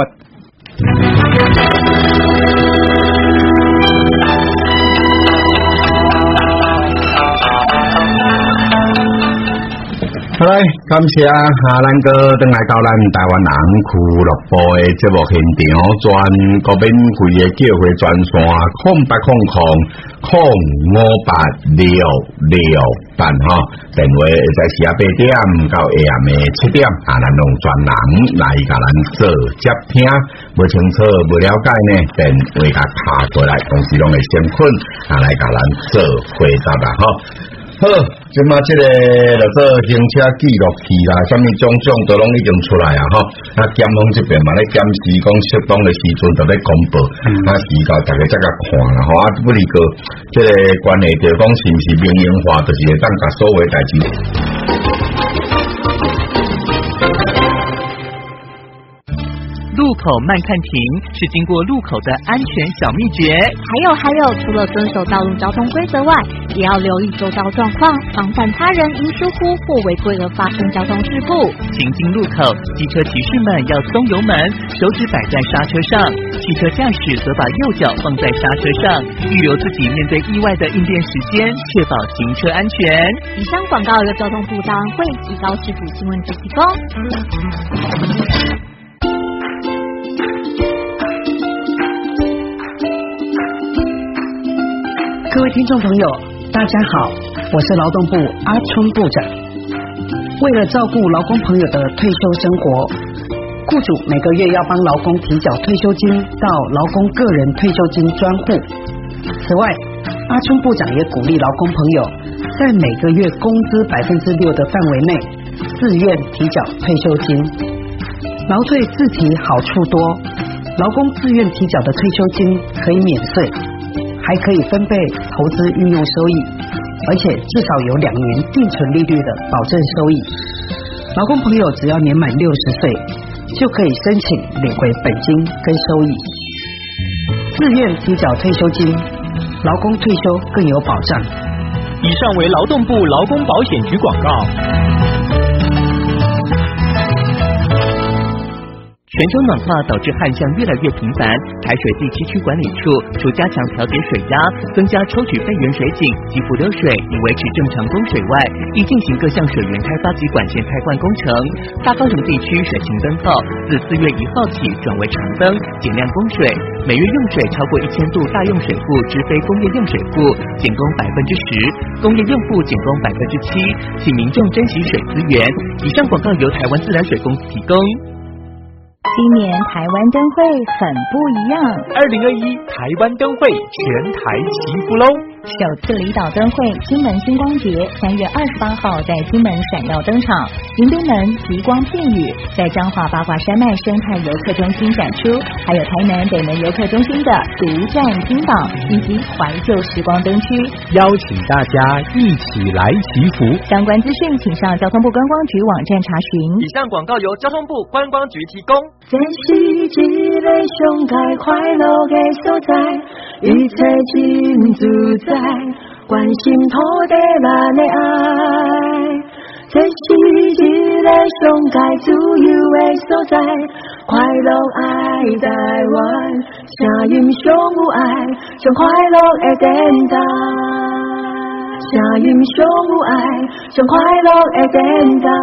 好来，感谢啊，咱哥登来到咱台湾人俱乐部的节目现场，全国免费的叫回专线，空八空空空五八六六八哈，电话会在时啊八点到下暗的七点，啊，咱用专人来甲咱做接听，不清楚不了解呢，电话甲打过来，同时拢会先困，啊，来甲咱做回答啦哈。好，即马即个就做行车记录器啦，啥物种种都拢已经出来啊！吼，啊检方这边嘛咧检视，讲适当的时阵就咧公布，啊时到大家再甲看啦，吼啊不离个即个关系着讲是毋是民营化，就是会当甲所有代志。
路口慢看停是经过路口的安全小秘诀。
还有还有，除了遵守道路交通规则外，也要留意周遭状况，防范他人因疏忽或违规而发生交通事故。
行经路口，机车骑士们要松油门，手指摆在刹车上；汽车驾驶则把右脚放在刹车上，预留自己面对意外的应变时间，确保行车安全。
以上广告由交通部道安会及高市府新闻局提供。
各位听众朋友，大家好，我是劳动部阿春部长。为了照顾劳工朋友的退休生活，雇主每个月要帮劳工提缴退休金到劳工个人退休金专户。此外，阿春部长也鼓励劳工朋友在每个月工资百分之六的范围内自愿提缴退休金。劳退自提好处多，劳工自愿提缴的退休金可以免税，还可以分配投资运用收益，而且至少有两年定存利率的保证收益。劳工朋友只要年满六十岁，就可以申请领回本金跟收益。自愿提缴退休金，劳工退休更有保障。
以上为劳动部劳工保险局广告。
全球暖化导致旱象越来越频繁，台水第七区管理处除加强调节水压、增加抽取备源水井及浮流水以维持正常供水外，亦进行各项水源开发及管线开灌工程。大高雄地区水情灯号自四月一号起转为长灯，减量供水，每月用水超过一千度大用水户之非工业用水户减供百分之十，工业用户减供百分之七，请民众珍惜水资源。以上广告由台湾自来水公司提供。
今年台湾灯会很不一样，
二零二一台湾灯会全台祈福喽！
首次离岛灯会金门星光节三月二十八号在金门闪耀登场，迎宾门极光片语在彰化八卦山脉生态游客中心展出，还有台南北门游客中心的独占金榜以及怀旧时光灯区，
邀请大家一起来祈福。
相关资讯请上交通部观光局网站查询。
以上广告由交通部观光局提供。
这是一个上界快乐的所在，一切真自在，关心土地咱的爱。这是一个上界自由的所在，快乐爱台湾，声音上有爱，上快乐的电台。声音上有爱，上快乐的电台。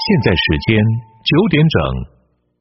现在时间九点整。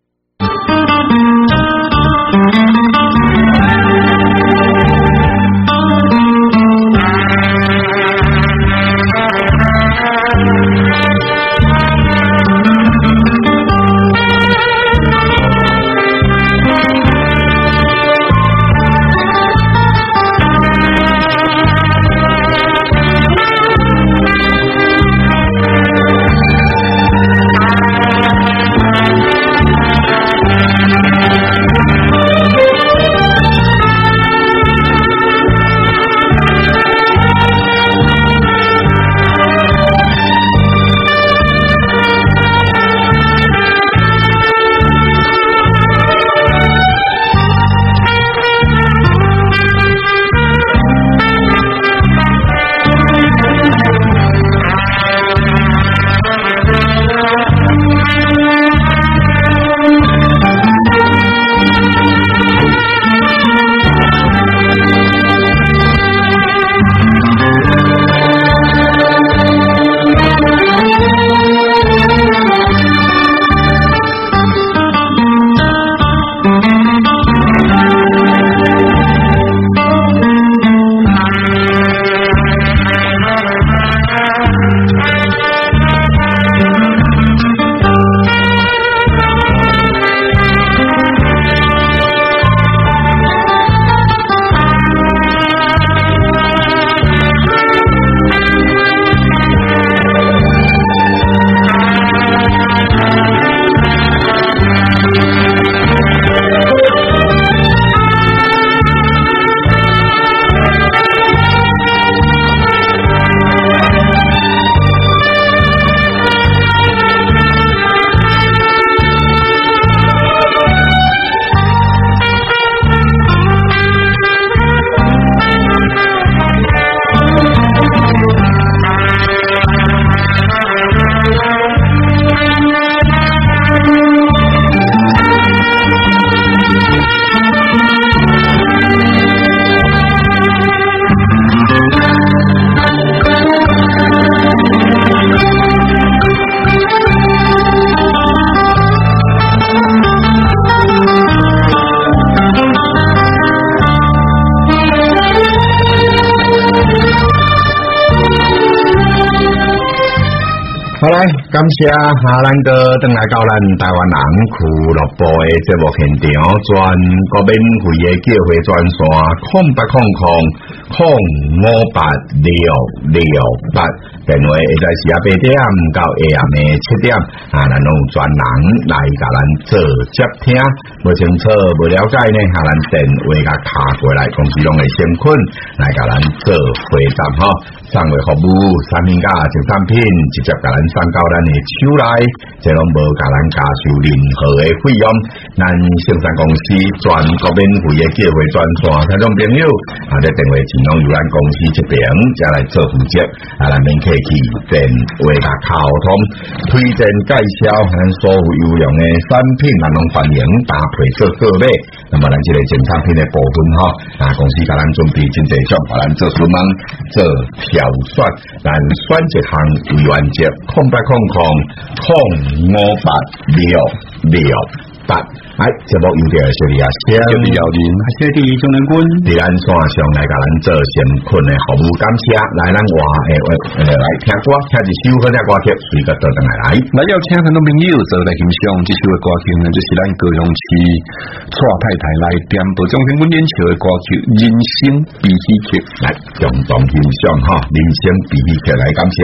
好来，感谢哈咱哥登来到咱台湾人俱乐部的节目现场，全国免费的叫会专线空八空空空五八六六八，电话会在是啊八点到下暗的七点啊，咱有专人来甲咱做接听，无清楚无了解呢，哈咱电话甲卡过来，公司拢会先困来甲咱做回答吼，送货服务产品甲精产品直接甲咱送到咱的手内，这拢无甲咱加收任何的费用。咱生产公司全国免费的叫货专线，听众朋友啊，这电话只能由咱公司这边才来做负责，啊，咱免客气，电话甲沟通，推荐介绍咱所有有用的产品，咱拢欢迎搭配做购买。那么咱这个精产品的部分吼，啊，公司甲咱准备真侪种，把咱做询问、做挑选，咱选一项为原则，空八空空空五八六六八。哎，节目有点小李啊，小李姚林，小弟中人君，伫咱线上来甲咱做先困的服务，感谢来咱话诶诶来听歌，听一首好听歌曲，随个倒转来来。
来要请很多朋友做来欣赏这首的歌曲呢，就是咱高雄市蔡太太来点播中天阮演唱的歌曲《人生必喜剧》，来共同欣赏哈，《人生必喜剧》来感谢。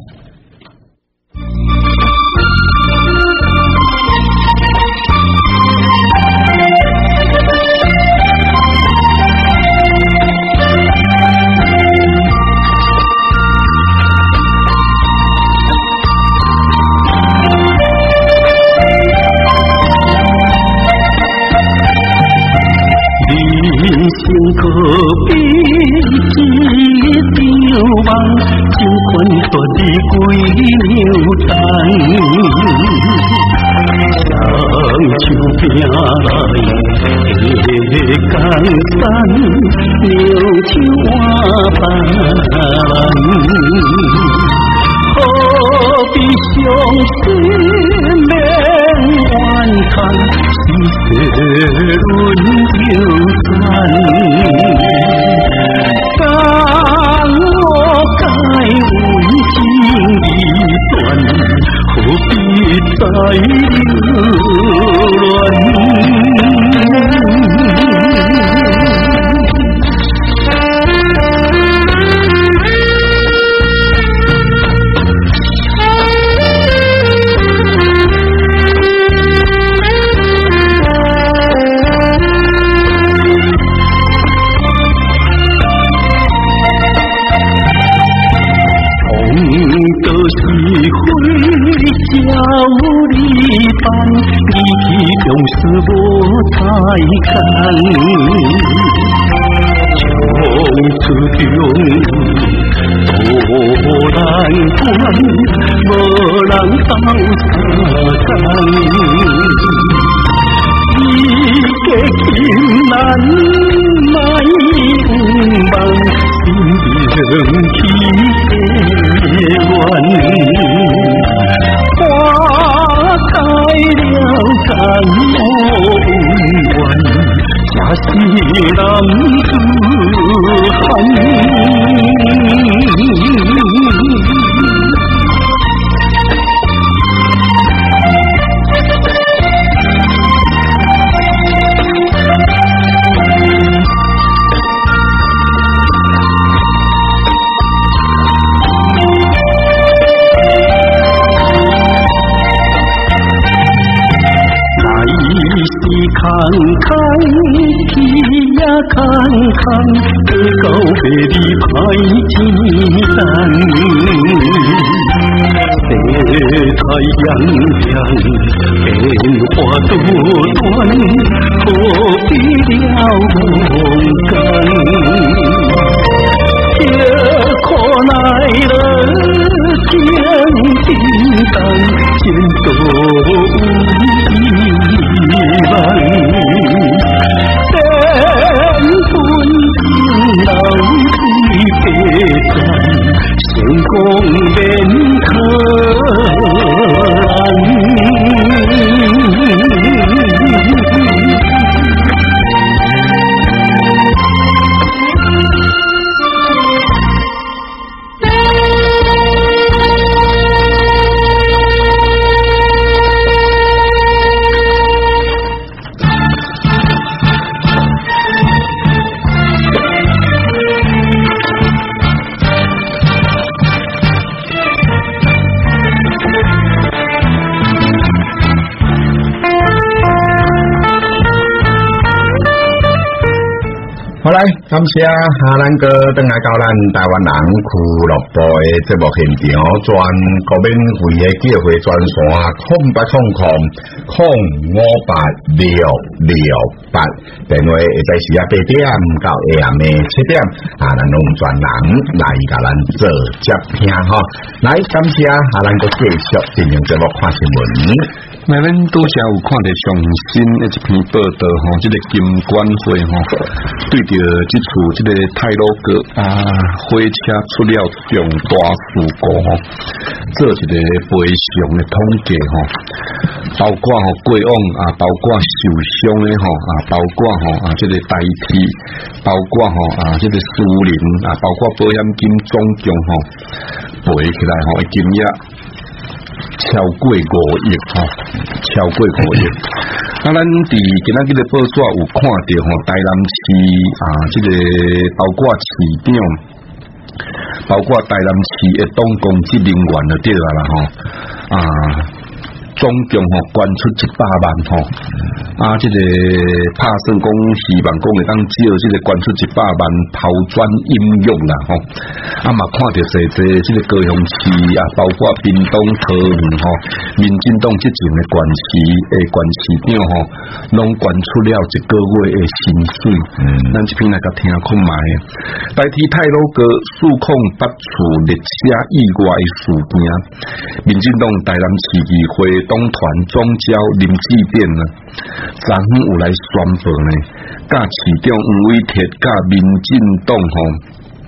辛苦比一条网，真困脱离几牛蛋。双手拼来的江山，牛手换板，何必相思？
好来，感谢哈咱哥登来到咱台湾人俱乐部的节目现场，全国免费的叫货专线空八空空空五八六六八，电话会在时啊八点到下暗的七点，啊，咱拢专人来甲咱做接听哈。来，感谢哈咱哥继续进行节目看新闻。
那咱拄则有看到上新的一篇报道吼，即、这个金管会吼，对着即处即个泰鲁阁啊火车出了重大事故吼，做一个赔偿的统计吼，包括吼过往啊，包括受伤的吼啊，包括吼啊即、这个代替，包括吼啊即、这个私人啊，包括保险金总共吼赔起来吼的金额。超过五亿吼，超过五亿。啊，咱伫今仔日的报纸有看到吼，台南市啊，即、这个包括市长，包括台南市的党公职人员就对啦啦吼啊。总共吼捐出一百万吼，啊，这个拍算讲希望讲会当借这个捐出一百万抛砖引玉啦吼，啊嘛看到说这这个高雄市啊，包括屏东、桃园吼，民进党这前的县市诶县市长吼，拢捐出了一个月的薪水，嗯，咱这边来甲听看卖，代替泰鲁阁诉控八处列车意外事件，民进党台南市议会。党团总召林志典呢，昨昏有来宣布呢，甲市长黄伟哲甲民进党吼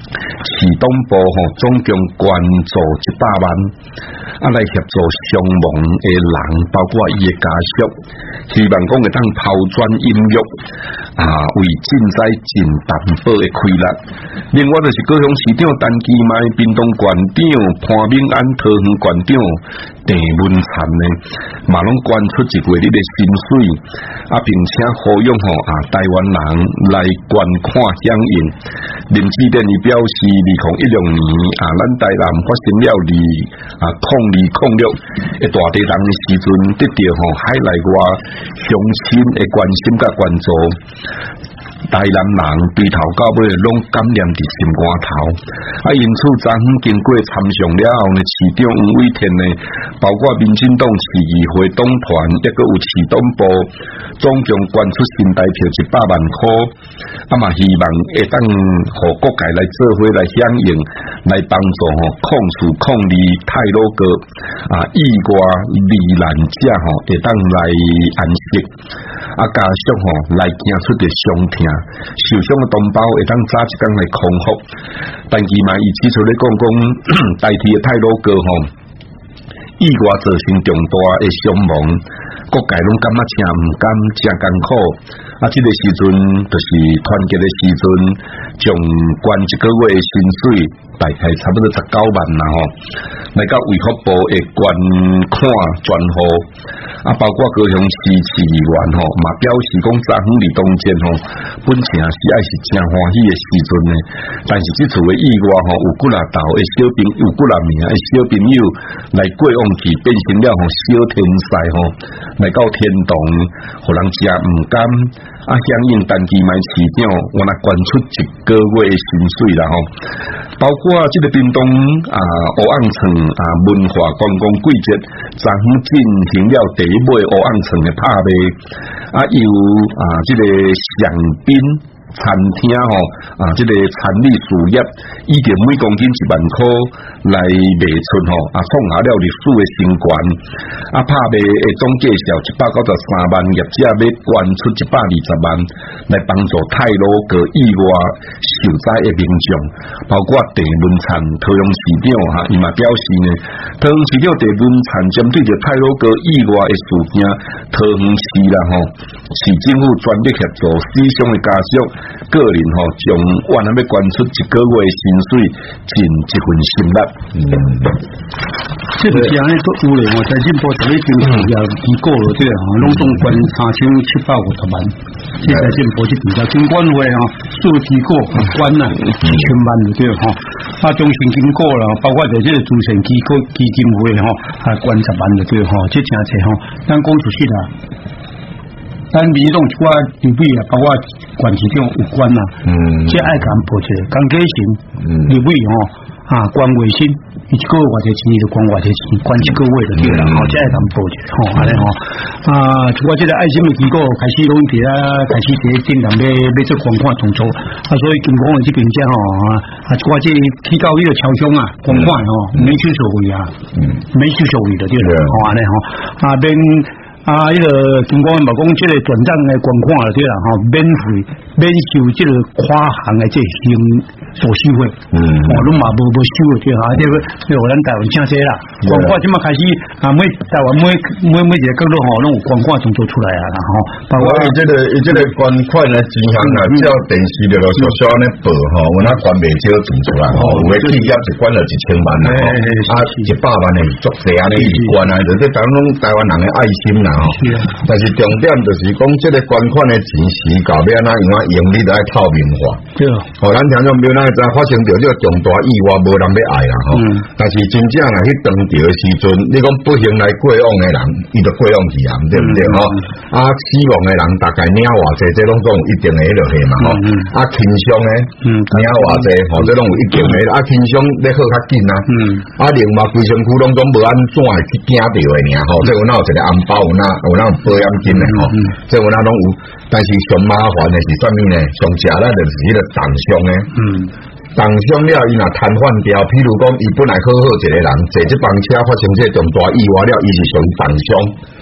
市东部吼总共捐助一百万，啊来协助伤亡的人，包括伊的家属，希望讲会当抛砖引玉，啊为赈灾尽淡薄的亏力。另外就是高雄市长陈其迈、屏东县长潘敏安、桃园县长郑文灿呢，嘛拢捐出一个月的薪水，啊并且呼吁吼啊台湾人来捐款响应。林志典伊表示，二零一六年啊，咱台南发生了二啊控二控六一大地震的时阵，得到吼海内外乡亲的关心甲关注。台南人对头到尾拢感染伫心肝头，啊，因此昨昏经过参详了后呢，市长黄伟天呢，包括民进党市议会党团，抑个有市党部，总共捐出新台票一百万块，啊嘛希望会当互各界来做伙来响应，来帮助吼控诉控理太鲁阁啊意外罹难者吼会当来安息，啊加上吼来惊出着伤痛。受伤的同胞会当早一天来康复，但其嘛伊指出咧讲讲，代替的太鲁阁吼，意外造成重大的伤亡，各界拢感觉真毋甘，真艰苦。啊，这个时阵就是团结的时阵，将捐一个月的薪水，大概差不多十九万啦吼，来到卫福部的捐款专户，啊，包括高雄市市议员吼，嘛表示讲昨昏伫当天吼，本正是爱是真欢喜的时阵呢，但是这次的意外吼，有几若头的小朋有几若名的小朋友来过往期变成了吼小天使吼，来到天堂，互人真毋甘。啊，响应陈其迈市长，我若捐出一个月的薪水啦吼，包括这个屏东啊乌昂村啊文化观光季节，昨昏进行了第一尾乌昂村的拍卖，啊由啊这个上宾餐厅吼啊，这个产力事业以着每公斤一万块来卖出吼，啊创下了历史的新高。啊拍卖的总价是一百九十三万，业者要捐出一百二十万来帮助太鲁阁意外受灾的民众，包括郑文灿桃园市长哈，伊嘛表示呢，桃园市长郑文灿针对着太鲁阁意外的事件，桃园市啦吼，市政府全力协助死伤的家属。个人吼将原来要捐出一个月的薪水，尽一份心力。嗯，
这个是安尼都有咧，我财政部十一经也机构了，这个吼，拢总捐三千七百五十万。这财政部这比较经管会吼，数机构捐呐一千万了，对吼。啊，中信经过啦，包括在这个慈善机构基金会吼，啊捐十万了，对吼，这真济吼，咱讲出去啦。咱民众一寡利益啊，包括县市长有关啊，嗯，即爱甲人报一个讲价钱，嗯，利益吼啊，关卫生，伊一个月偌济钱就关偌济钱，关一个月就对啦，吼，即爱甲人报一个，吼，安尼吼啊，一寡即个爱心的机构开始拢伫啊，开始伫尽量要要做捐款动作，啊，所以金光的这边遮吼啊，一寡即去到迄个超商啊，捐款吼，免收收费啊，嗯，免收收费就对啦，吼，安尼吼啊，免。啊，迄个经过嘛讲，即个转账的捐款了对啦，吼，免费免收即个跨行的即个行手续费，嗯，哦，拢嘛无无收对哈，这个这互咱台湾正济啦，捐款即马开始啊，每台湾每每每一个角落吼，拢有捐款动作出来啊啦，吼，包括
伊即个伊即个捐款的钱项啊，照电视着落小小安尼报吼，有哪捐袂少钱出来吼，有的企业是捐了一千万啦，啊，一百万的足济安尼捐啊，就是当拢台湾人的爱心啦。但是重点就是讲，这个捐款的钱是搞要哪样啊？盈利都要透明化。对，哦，咱听众朋友咱知发生着这个重大意外，无人要爱啦吼。嗯、但是真正啊，去当着的时阵，你讲不幸来过往的人，伊就过往去啊，对不对吼？嗯、啊，死亡的人大概领偌济，这拢总有一定的落去嘛吼。嗯、啊，轻伤的，嗯，领偌济，吼，这拢有一定的。啊，轻伤你好较紧啊。嗯。啊，另外规身躯拢总无安怎会去惊着的尔吼，这有哪有一个红包有哪？有那保养金的吼，即有那拢有，但是上麻烦的是啥物呢？上食咱就是迄个重伤的，嗯，重伤了伊若瘫痪掉，譬如讲伊本来好好一个人，坐这班车发生这重大意外了，伊是属于重伤，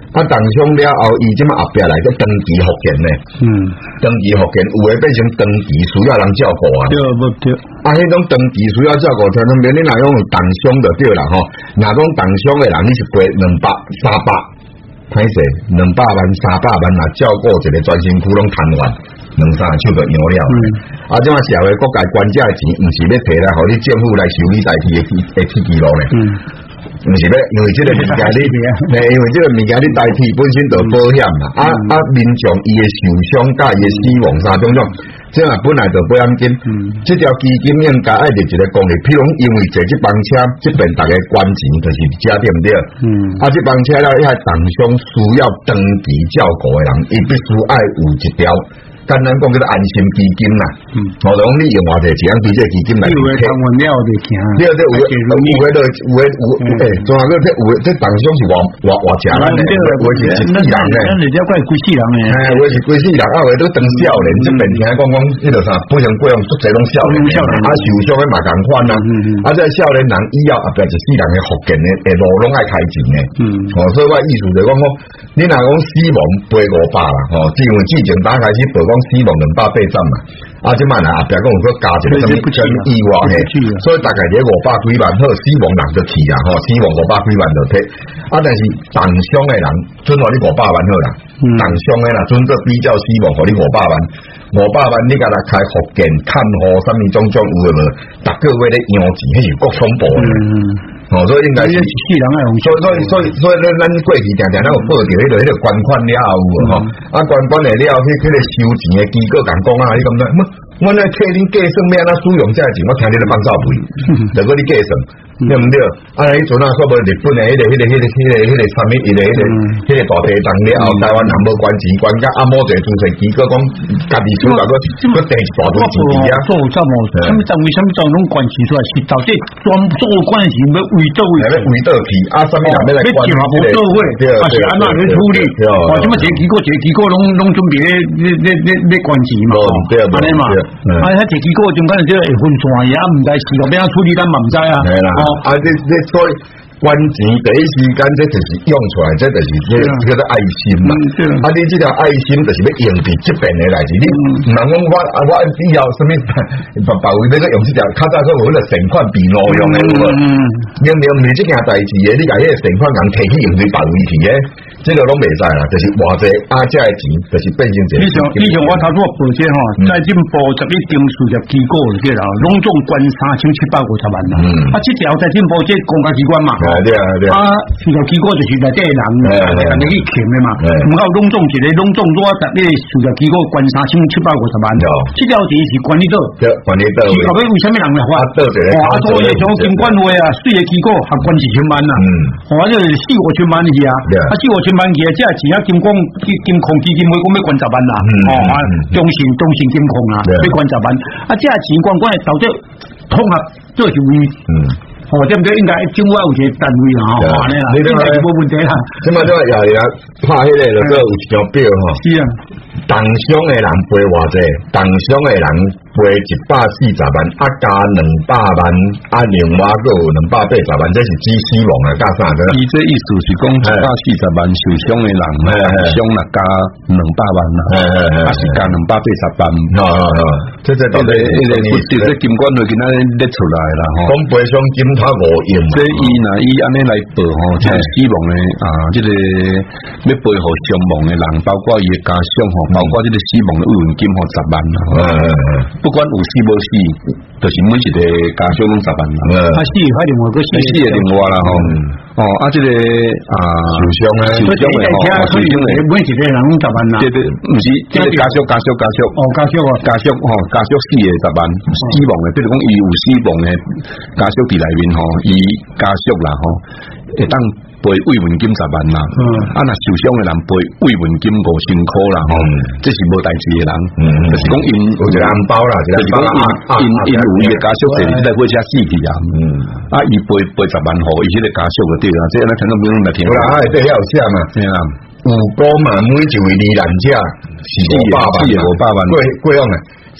啊，当上了后，伊即马后壁来个登记福建呢，嗯，登记福建有诶变成登记需要人照顾啊，对不对？啊，迄种登记需要照顾，像像免你若用当上就对啦吼，若讲当上诶人，你是赔两百、三百，歹势，两百万、三百万，若照顾一个专身躯拢瘫痪，两三手就赢了。嗯，啊，即马社会各界官家诶钱，毋是要摕来，互你政府来收你代替诶诶铁记录咧。嗯。毋是要，因为即个物件你，因为即个物件你代替本身就保险嘛，啊啊，民众伊诶受伤甲伊诶死亡三种种，即嘛本来就保险金，即条基金应该爱着一个公益，譬如因为坐即班车，即边逐个关钱就是遮对毋对？嗯，啊，即班车了，伊系当上需要登记照顾诶人，伊必须爱有一条。简单讲叫做安心基金啦，嗯，我讲你用偌济钱对这基金来，有诶台湾了就行，对对有诶有诶都有诶有诶，仲有个这有诶这当上是偌偌偌正咱诶，有诶是一世人诶，咱人家怪几世人诶，嘿，有诶是几世人，啊有诶都当少年，这边听讲讲迄落啥，不像不用足侪拢少年，啊受伤诶嘛共款啦，啊这少年人以后后壁一世人诶福建诶诶路拢爱开钱诶，嗯，哦，所以我意思就讲讲，你若讲死亡赔五百啦，吼，因为之前打开始报讲。死亡两百八十嘛，啊，即摆来后壁讲有个加一个什么什么意外嘿，所以大概伫五百几万好，死亡人就去啊，吼，死亡五百几万就摕，啊，但是当伤诶人，准互你五百万好啦，当伤诶啦，准做比较死亡，互你五百万，五百万你甲来开福建看护什么种种有诶无？逐个月咧养钱，迄是国防部诶。哦，所以应该是世人啊，所以所以所以所以咱咱过去定定咱有报着迄个迄个捐款了有吼，啊捐款了了，迄迄个收钱诶机构共讲啊，你感觉，我那替恁计算咩哪使用这钱，我听你咧放照费，就搁你计算，对毋对？啊，迄阵啊，说无日本诶迄个迄个迄个迄个迄个啥物，迄个迄个迄个大地震了后，台湾人无捐钱，捐甲啊某一个主权机构讲家己出来个个地一大堆钱啊，做啥物？啥物单位啥物单拢捐钱出来，是到底全做关系要为倒位，要为倒去啊？啥物人要来捐？要无做伙，啊是安怎去处理？哇，即么一个机构一个机构拢拢准备咧咧咧咧捐钱嘛？安尼嘛？啊，迄一个机构中间即会分散也毋知是后边处理，咱嘛毋知啊。系啦，啊，这这所以捐钱第一时间，这就是用出来，这就是这叫做爱心嘛。啊，你这条爱心就是要用伫这边的代志，你唔能讲我啊我以后什么别别位那个用这条，较早说有迄个存款被挪用的，明明唔是这件代志的，你甲迄个存款人摕去用伫别位去的。这个拢袂使啦，就是偌济阿家的钱，就是变成一个。你像你像我头拄报这吼，在进步十一定事业机构对啦，拢总捐三千七百五十万啦。啊，这条在进步这公家机关嘛，对啊对啊。啊，事业机构就是内底人，人哋去欠的嘛。唔好拢总一个拢总我十一事业机构捐三千七百五十万，这条钱是管理到，管理到。是后尾为什么人会花？啊，所以像金管会啊，事业机构还捐几千万啦，或者是四五千万去啊，啊四五千。万几啊？这钱啊，金光金控基金会讲要捐十万啦，哦啊，中信中信金控啊，要捐十万，啊，这钱捐捐到底统合做是为，嗯，哦，对不对？应该政府有一个单位啊，哦，安尼啦，应该是无问题啦。即嘛，即也也拍迄个落个有一张表吼，是啊，当伤的人赔偌济，当伤的人赔一百四十万，啊加两百万，啊另外个两百八十万，这是指死亡啊，加啥个？伊这意思是讲一百四十万受伤的人，伤了加两百万啦，啊是加两百八十万，啊啊，这这到底迄个你这金管会今仔列出来啦，吼，讲赔偿金他无用，这伊若伊安尼来报吼，这死亡的啊，这个要赔互伤亡的人，包括伊的家属吼，包括这个死亡的慰问金吼十万啦，不管有死无死，就是每一个家属拢十万啦。啊死还另外个死，死另外啦吼。哦啊，这个啊受伤诶，受伤诶吼，受伤诶，每一个人拢十万啦。对对，毋是，这个家属家属家属，哦家属啊，家属吼，家属死诶十万，死亡诶，比如讲伊有死亡诶家属伫内面吼，伊家属啦吼，会当。赔慰问金十万啦，嗯、啊那受伤的人赔慰问金五千块啦，吼、嗯，这是无代志的人，嗯、就是讲因有一个红包啦，就是讲因因因有伊个家属坐伫在火车死去啊，嗯，啊伊赔赔十万互伊迄个家属个对啦，这咱听到没有来听？有啦，啊对遐有写嘛，对啦，有讲嘛，每一位罹难者是五百万，五百万，过过用诶。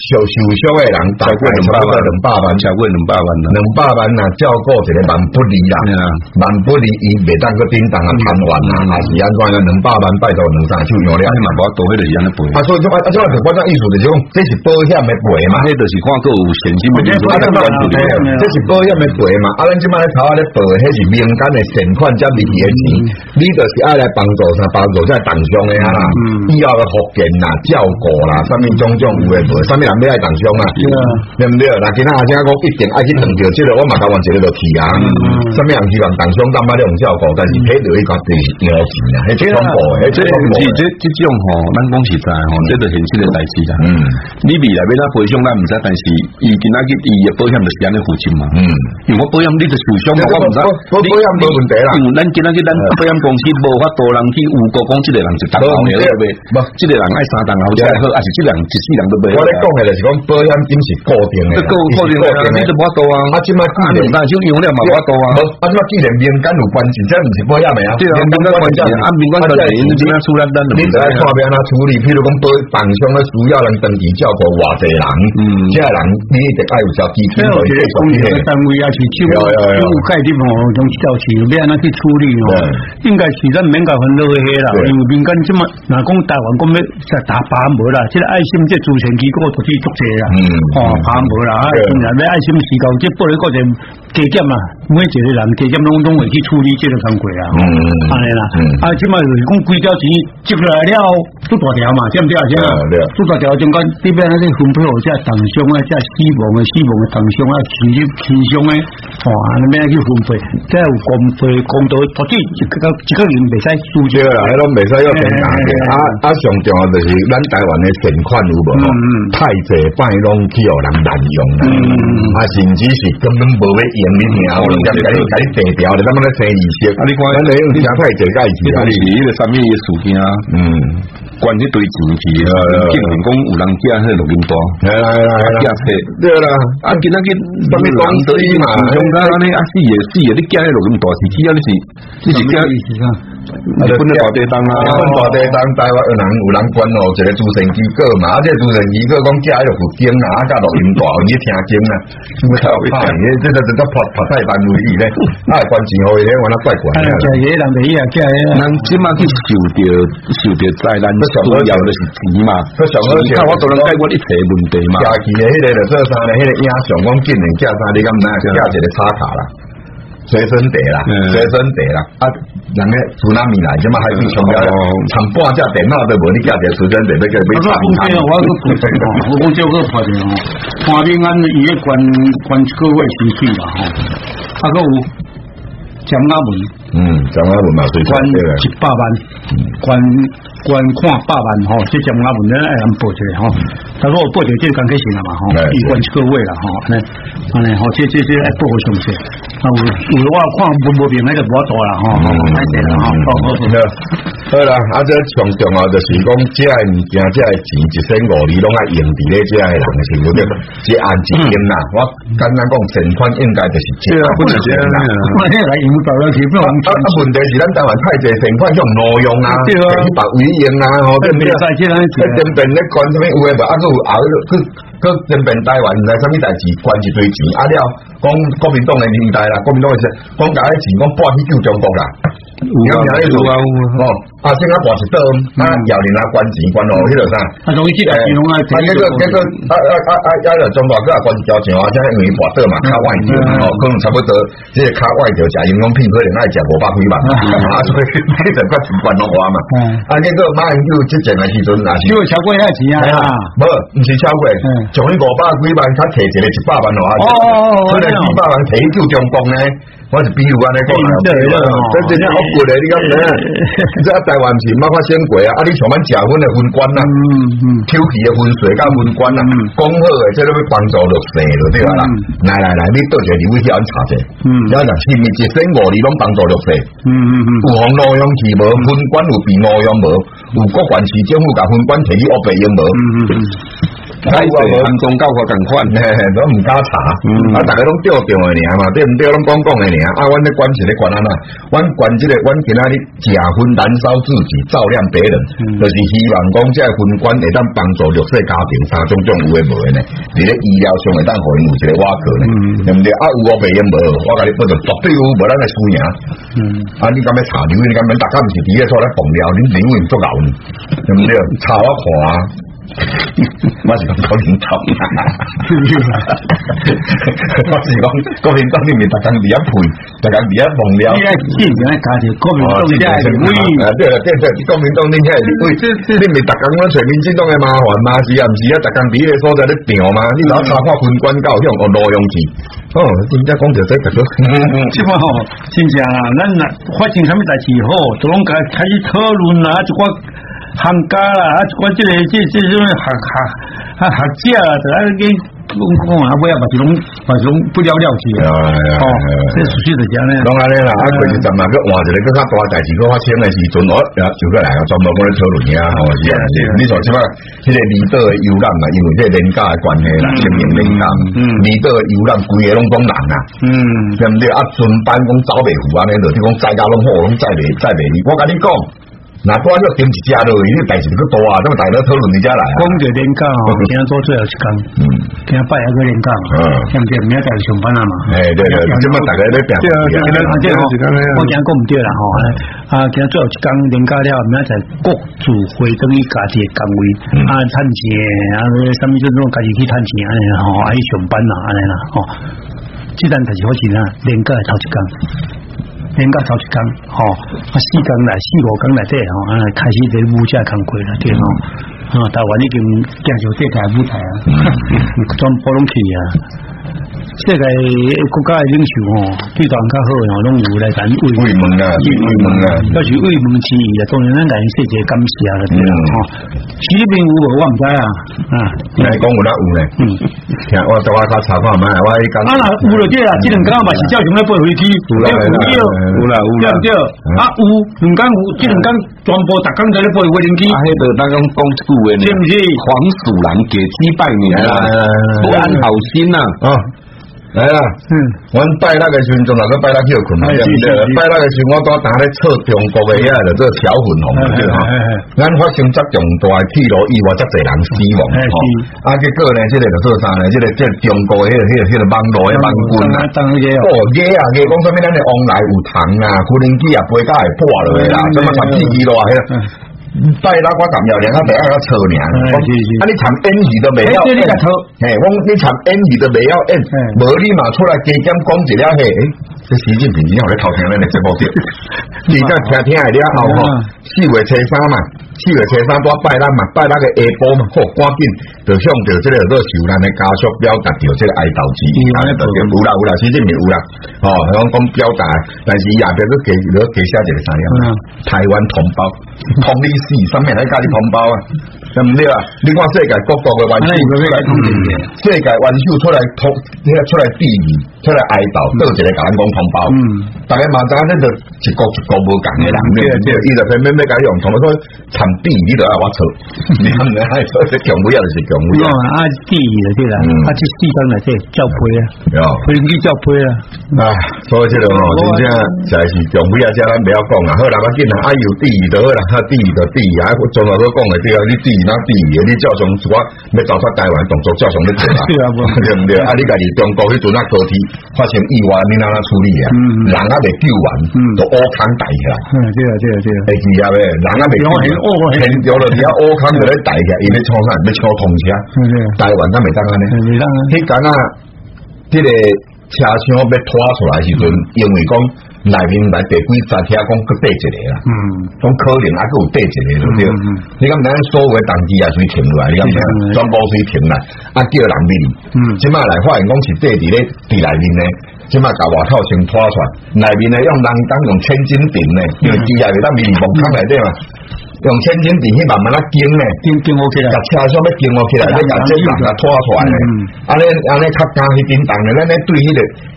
受受伤的人大概差不多两百万，
超过两百万啦，
两百万呐，照顾一个万不离啦，万不离伊袂当个叮当啊贪玩啊，还是安怎个两百万拜托两三手用了，
嘛无多迄个是安尼赔。
啊，所以啊啊，即个我讲意思就是讲，这是保险的赔嘛，
迄就是看个有现金的因素，
这是保险的赔嘛。啊，咱即摆咧头仔咧赔，迄是民间的善款才利的钱，你就是爱来帮助啥帮助在当上的啦，以后的福建啦、照顾啦，啥物种种有诶赔，啥物人要爱当上啊，对毋对？那今仔阿姐讲一定爱去当着即个，我嘛甲阮一个就去啊，啥物人希望当上当摆咧用照顾，但是迄就一个就是要钱啊，迄即恐怖，迄即恐怖，
即即种吼，咱讲实在吼，即个现实的代志啦。嗯，你未来要咱赔偿咱毋知，但是伊今仔日伊嘅保险就是安尼付钱嘛。嗯，因为我保险你就受伤嘛，我毋知，
保保险无问题啦。
因为咱今仔日咱保险公司无法度人去有个讲即个人是当好嘅对袂？无，即个人爱三当好才好，还是即个人一世人都袂。
我咧讲嘅就是讲保险金是固定嘅，
固固定嘅，你就无法度啊。
啊，即摆既然
但是用了嘛无法度啊。
啊，即摆既然民间有关系，这毋是保险嘅啊。
对啊，民间关系啊，民间关系，你怎样出咱咱？
你在看边啊处理，譬如讲保当上咧需要人登记照顾偌济人，嗯，即个人你一定爱有条基金来继续
公家单位也是政府政府盖的吼，从小市要安怎去处理吼，应该是咱免甲烦恼迄啦，因为民间即嘛，若讲台湾讲要在打爬无啦，即个爱心即慈善机构都去足济啦，嗯，哦爬无啦，啊，现在要爱心机构即报咧个人加减嘛，每一个人加减拢拢会去处理即个工作啦，嗯，安尼啦，啊，即嘛就是讲几条钱积来了，做大条嘛，对毋对啊？做大条中间这边那个分配好，即当上啊，即死亡的死亡的当上啊，轻轻松的，哇，那边去分配，即有公费公道，或者一个一个人袂使输掉
啦，迄拢袂使要平价嘅，啊啊，上重要就是咱台湾的善款有无？太济摆拢去互人滥用啦，啊，甚至是根本无要用你听，我人家甲你甲你地调，你怎么咧生意息？啊，你看咱你用听太济介意啊？
你是迄个啥物事件啊？嗯。关一堆钱去，竟然讲有人寄迄录音带，
系啦系啦系啦，对啦，
啊，今仔日什么公司嘛，用家安尼啊死也死也，你寄迄录音带是只要你是，你是寄意思啊？日本的大地当啊，
日本大地当，台湾有人有人管哦，一个慈善机构嘛，啊，这慈善机构讲寄迄个附经啊，加录音带，你听经啊，什么靠怕？这这这这拍拍太单位去咧，啊，关钱好咧，我那怪怪。
哎，寄嘢人哋啊，寄嘢，
人即马去受着受着灾难。主要就是钱嘛，看我都能解决一切问题嘛。
假期的迄个就做啥呢？迄个影像讲竟然寄啥？你敢知？寄一个插卡啦，随身碟啦，随身碟啦。啊，人个苏纳米来，即嘛海水冲了，藏半只电脑都无，你寄一个随身碟，要叫要插卡。
我我负责哦，我讲这个拍的哦，看平安伊个关关一个月先去啦吼，啊个有蒋阿文，
嗯，蒋阿文嘛，
关一百万，关。关看百万吼，即种阿文咱爱人报一个吼，他说我报着即个刚开始啦嘛吼，一关一个月啦吼，安尼安尼吼，即即即爱报个详细，啊有有我看文无平那就无多啦吼，歹势啦吼，好好
好啦，啊这上重要就是讲，即个物件，即个钱一千五厘拢爱用伫咧即个人身上，即按一点啦，我简单讲，善款应该就是即啊，不能这样啦，
我现在引导了去不能，
啊啊问题是咱台湾太济善款用挪用啊，对啊，去白为用啊，吼，对不对？在这边咧管什么有诶无？啊，佮有后佮佮这边台湾来什么代志，管一堆钱，啊了，讲国民党诶年代啦，国民党诶讲甲迄钱讲搬去救中国啦，有啊有啊，哦，啊，先啊搬一刀，啊，摇人啊关钱关哦，迄落啥？
啊，容易去来形容啊，
啊，结果结果啊啊啊啊，啊了中国佮关一条钱啊，即因为搬刀嘛，卡外条，哦，可能差不多，即个卡外条食营养品可能爱食五百几万，啊，所以迄阵个钱关落我嘛，啊，结果马英九执政诶时阵也是，
因为超过遐钱啊，
无，毋是超过，从迄五百几万，他摕一个一百万落啊，可能几百万摕去救中国呢。我是比如安尼讲啊，这真正好贵嘞！你讲咩？这台湾是冇法先贵啊！啊，你像咱食薰的分官啦，抽起的分水甲分官啦，讲好的这都要帮助落税了，对吧啦？来来来，你倒一个你位去安查者，然后是咪一千五厘拢帮助落税？有红挪用去无？分官有被挪用无？有各县市政府甲分官摕去乌白用无？
歹势汉中教法共款，
嘿嘿，都毋敢查，啊，大家拢钓钓的尔嘛，对毋对？拢讲讲的尔，啊，阮咧管是咧管安那，阮管即个，阮今仔日食薰燃烧自己，照亮别人，就是希望讲即个薰管会当帮助弱势家庭三种种有诶无诶呢，伫咧医疗上会当互因有一个瓦壳呢，对毋对？啊，有无袂用无？我甲你不着绝对有，无咱来输赢。啊，你敢要查刘？你敢要大家毋是伫咧出来蹦料？恁刘永足够呢，对毋对？查我看啊！我是讲国民党，我是讲国民党里面大家伫遐配，大家伫遐蹦料。
你爱见人家家己国民党遐立委，
啊对了对了，国民党恁遐立委，你咪大家讲找民进党诶麻烦嘛？是啊，毋是啊？大家伫迄个所在咧调嘛？你若查看军官教向哦路用去，哦，真正讲着这个，
即摆吼，真正啦，咱若发生啥物代志吼，都拢开开始讨论啦，一寡。行家啦，啊，一寡即个即即种学学啊学者啊，就啊去讲讲啊，尾啊嘛是拢嘛是拢不了了之啊，哦，这属实就这样咧。
拢安尼啦，啊，过一阵嘛，佮换一个更较大代志，佮发生诶时阵，我就过来专门讲咧讨论呀，吼，是啊，是。你像即摆迄个离岛诶游览啊，因为这廉价诶关系啦，经营廉价，离岛诶游览规个拢讲人啊，嗯，对毋对？啊，船班讲走袂赴安尼，就是讲载家拢好，拢载袂载袂离。我甲你讲。那多少点一家咯？因为代志个多啊，这么大家讨论你家来啊。
讲着廉价哦，今仔做最后一工，嗯，今仔拜下个廉价嘛，嗯，对不对？明仔载上班啊嘛。
哎，对对，这么大家咧变。
对啊，今仔这个我今仔讲唔对啦吼，啊，今仔最后一工廉价了，明仔载各自回等于家己嘅岗位，啊，趁钱啊，什么这种家己去趁钱安尼吼，啊去上班啦安尼啦吼，这单代志好钱啊，廉价头一工。连到头一工，吼、哦，啊四工来四五工来底，吼、哦，啊开始在舞价工课啦，对吼，啊台湾已经行上这台舞台啊，全部拢去啊。世界国家的领袖吼，对咱较好吼，拢有来咱慰
慰问啊，慰问啊，
要是慰问之意啊，当然咱来说一个感谢啦，对啦，吼。习近平有无我唔知啊，啊，
你讲有哪有呢？嗯，听我等我较查看卖，我伊讲
啊那有了对啦，这两工嘛是照常咧飞回去，
有啦有啦有啦，
对对，啊有两工有，这两工全部逐工在咧飞回去，
啊，迄个咱讲讲一句话呢，
是不是？
黄鼠狼给鸡拜年啦，不安好心呐，啊。
来啦，嗯，阮拜那个时阵，仲那个拜那去困嘛，对不对？拜那个时阵，我拄打咧测中国的遐个这小粉红对哈，咱发生遮重大的铁路意外，遮侪人死亡吼，啊，结果呢，这个就做啥呢？这个这中国的迄个迄个网络的网军啊，哦，鸡啊鸡，讲啥物咱的往来有虫啊，可能机啊飞甲会破落去啦，什么十几支咯，迄个。拜那我感觉连他第二个车呢，啊你参演戏都未要演，嘿，我你参演戏都未要演，无你嘛出来加减讲一了嘿，这习近平你好咧偷听咱的节目着，你再听听下了后吼，四月初三嘛，四月初三多拜咱嘛，拜那个下晡嘛，好赶紧就向着这个做受咱的家属表达着这个哀悼之意，啊，就有啦有啦，习近平有啦，哦，讲讲表达，但是也别个给个给写一个啥样，台湾同胞同理。是，上面来家己同胞啊，对唔对啊？你看世界各国嘅元首，世界元首出来同，出来致意，出来哀悼，倒一个甲咱讲同胞。嗯，大家嘛知影，这就一国一国无共嘅人，对对，伊就偏偏要甲用同佢说参地，你就爱我错，你看唔爱说这强威啊，就是强威啊。
啊，地就对啦，啊，这地方来这照配啊，飞机照配啊。
啊，所以这个哦，真正就係強威啊，即係咱唔要講啊，好啦，我見啊，有地就好啦，哈地就地。啊，從來都講嘅對啊，你地哪地嘅，你照常我要走出台灣動作照常你做啦，對唔對？啊，你家己中國迄陣啊高鐵發生意外，你哪哪處理啊？人啊未救完，就烏坑帶起來。
對啊，對啊，對啊。
會記啊未？人啊未救完，現咗了，而家烏坑就咧帶起來，伊咧創啥？要搶通車。台灣敢未當安尼？
未當啊。
迄間啊，即個車廂要拖出來時陣，因為講。內面來第幾十條講佢第一個啦，嗯，講可能還佫有第一個對，你講咱所有嘅檔期也隨停落來，你講全部隨停來，啊叫人民，嗯，即馬來發現講是第佇咧佇內面呢，即馬甲外口先拖出來，內面呢用人工用千斤頂呢，因為機械會當迷你門坑內底嘛，用千斤頂去慢慢啊經呢，
經經好起來，
甲車廂要經好起來，你甲這人啊拖出來呢，安尼安尼較加去叮當呢，咱咧對迄個。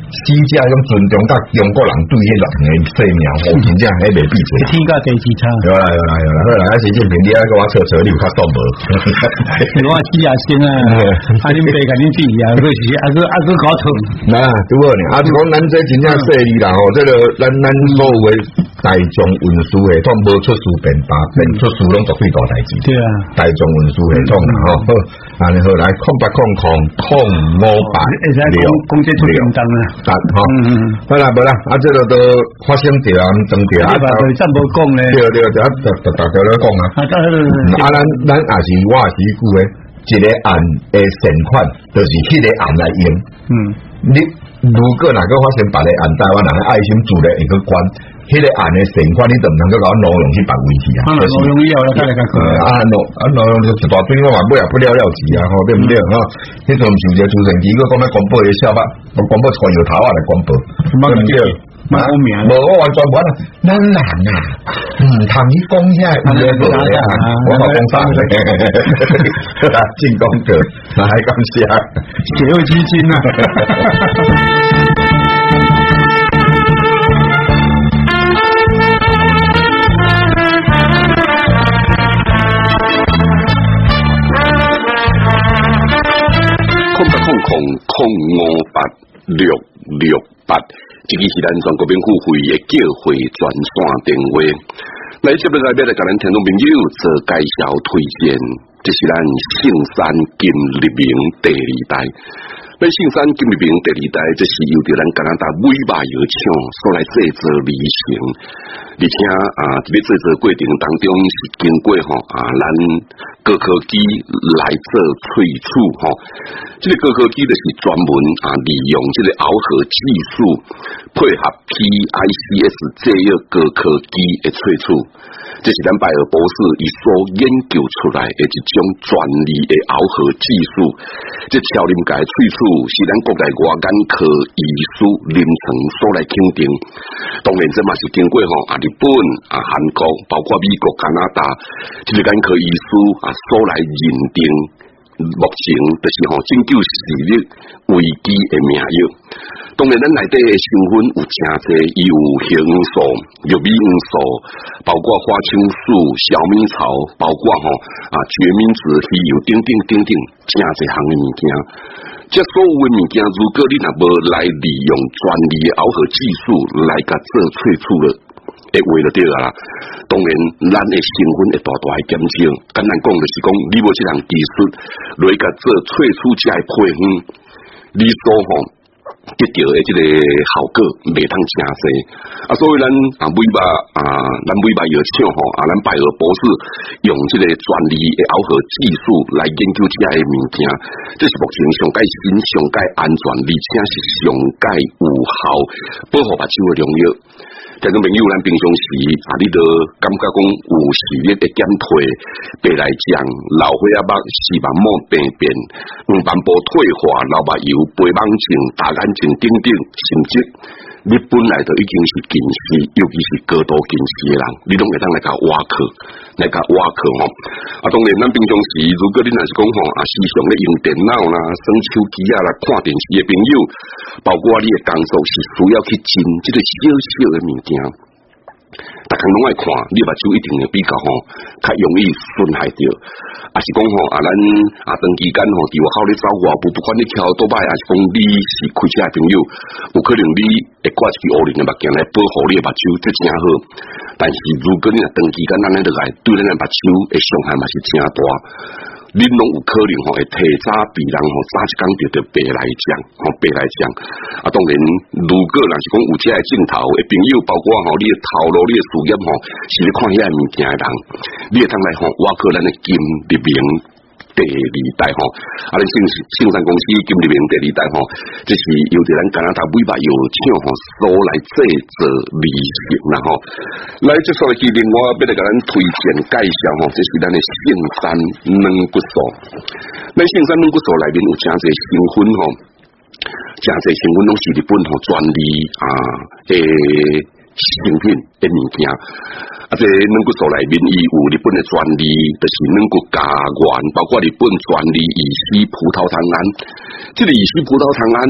死者种尊重甲中国人对迄人诶生命，吼，真正迄未比侪。
天价地之差。
有啦有啦有啦，好啦，习近平你爱甲我扯扯，你有较爽无？
我死也先啊，啊恁爸甲恁弟啊，佫是啊佫啊佫搞错。
那拄好呢，啊，讲咱这真正说你啦吼，这个咱咱所有诶大众运输系统无出事便罢，便出事拢绝对大代志。
对啊，
大众运输系统啦吼，好，安尼好来，空八空空空五八六
讲这出简单啊，
但吼，好啦无啦，啊，这个都发生着啊，争着啊，
咱无讲咧，
对对对，啊，大大家咧讲啊，啊，咱咱也是我也是句诶，一个案诶善款，就是迄个案来用，嗯，你如果哪个发生别个案，台湾人爱心做咧会去管。迄个案的成款，你就唔能够搞挪用去别位去啊！
挪用以后咧，睇嚟个
啊挪啊挪用就一大堆，我话买也不了了之啊，吼对唔对啊？迄阵唔是有一个主持人，佢讲咩广播嘅笑吧，我广播传摇头啊来广播，对唔对？冇名，冇我完全冇啦，咱人啊，唔通去讲遐有嘅无嘅啊！我冇讲啥嘅，真讲嘅，那还感谢
社會基金啊！
空空空五八六六八，这个是咱全国民付费的叫会专线电话。来接落来要来甲咱听众朋友做介绍推荐，这是咱圣山金立明第二代。咱圣山金立明第二代，这是由着咱加拿大美肉药厂所来制作而成，而且啊，伫咧制作过程当中是经过吼啊，咱高科技来做萃取吼。这个高科技就是专门啊，利用这个螯合技术配合 P I C S 这个高科技的萃取，这是咱拜尔博士伊所研究出来的一种专利的螯合技术。这超临界萃取是咱国内外眼科医师临床所来肯定。当然，这嘛是经过吼啊日本啊韩国，包括美国、加拿大，这个眼科医师啊所来认定。目前就是吼拯救视力危机的名药。当然，咱内底的成分有真济，伊有罂素、玉米黄素，包括花青素、小米草，包括吼啊决明子、鱼油等等等等，真济项的物件。这所有的物件，如果你若无来利用专利的螯合技术来甲做萃取了。会为了对啊啦，当然咱的成分会大大的减少。简单讲就是讲，你无这项技术来甲做萃取这个配方，你所吼得到的这个效果袂通真济。啊，所以咱啊美肉啊，咱美肉药厂吼啊，咱拜尔博士用这个专利的螯合技术来研究这个物件，这是目前上界新、上界安全，而且是上界有效保护目睭的良药。听众朋友，咱平常时啊，你都感觉讲有视力的减退，白内障、老花眼目、视网膜病变、黄斑部退化、老目睭、白盲症、大眼睛等等，甚至你本来就已经是近视，尤其是高度近视的人，你拢会当来甲挖壳，来甲挖壳吼。啊，当然，咱平常时如果你若是讲吼啊，时常咧用电脑啦、耍手机啊啦、看电视的朋友，包括你的工作是需要去进这个小小的物件。大家拢爱看，你目睭一定会比较吼，较容易损害着。啊是讲吼啊，咱啊长期间吼，伫外口咧走外步，不管你跳多摆，还是讲你是开车的朋友，有可能你会挂一支乌灵的目镜来保护你的目睭，这真好。但是如果你若长期间咱咧落来，对咱的目睭的伤害嘛是真大。恁拢有可能吼会提早比人吼早一工着着白内障，吼白内障。啊，当然，如果若是讲有遮个镜头的朋友，包括吼你的头路、你的事业吼，是咧看遐个物件的人，你会通来吼挖靠咱的金立明第二代吼，啊，咱圣圣山公司金立明第二代吼，这是由着咱加拿大美肉药厂吼所来制作而成啦吼。来，接下来是另外要来甲咱推荐介绍吼，这是咱的圣山软骨素。咱圣山软骨素内面有真侪成分吼，真侪成分拢是日本吼专利啊诶成品的物件。啊，这软骨素内面伊有日本的专利，就是软骨加源，包括日本专利乙烯葡萄糖胺。这个乙烯葡萄糖胺，伊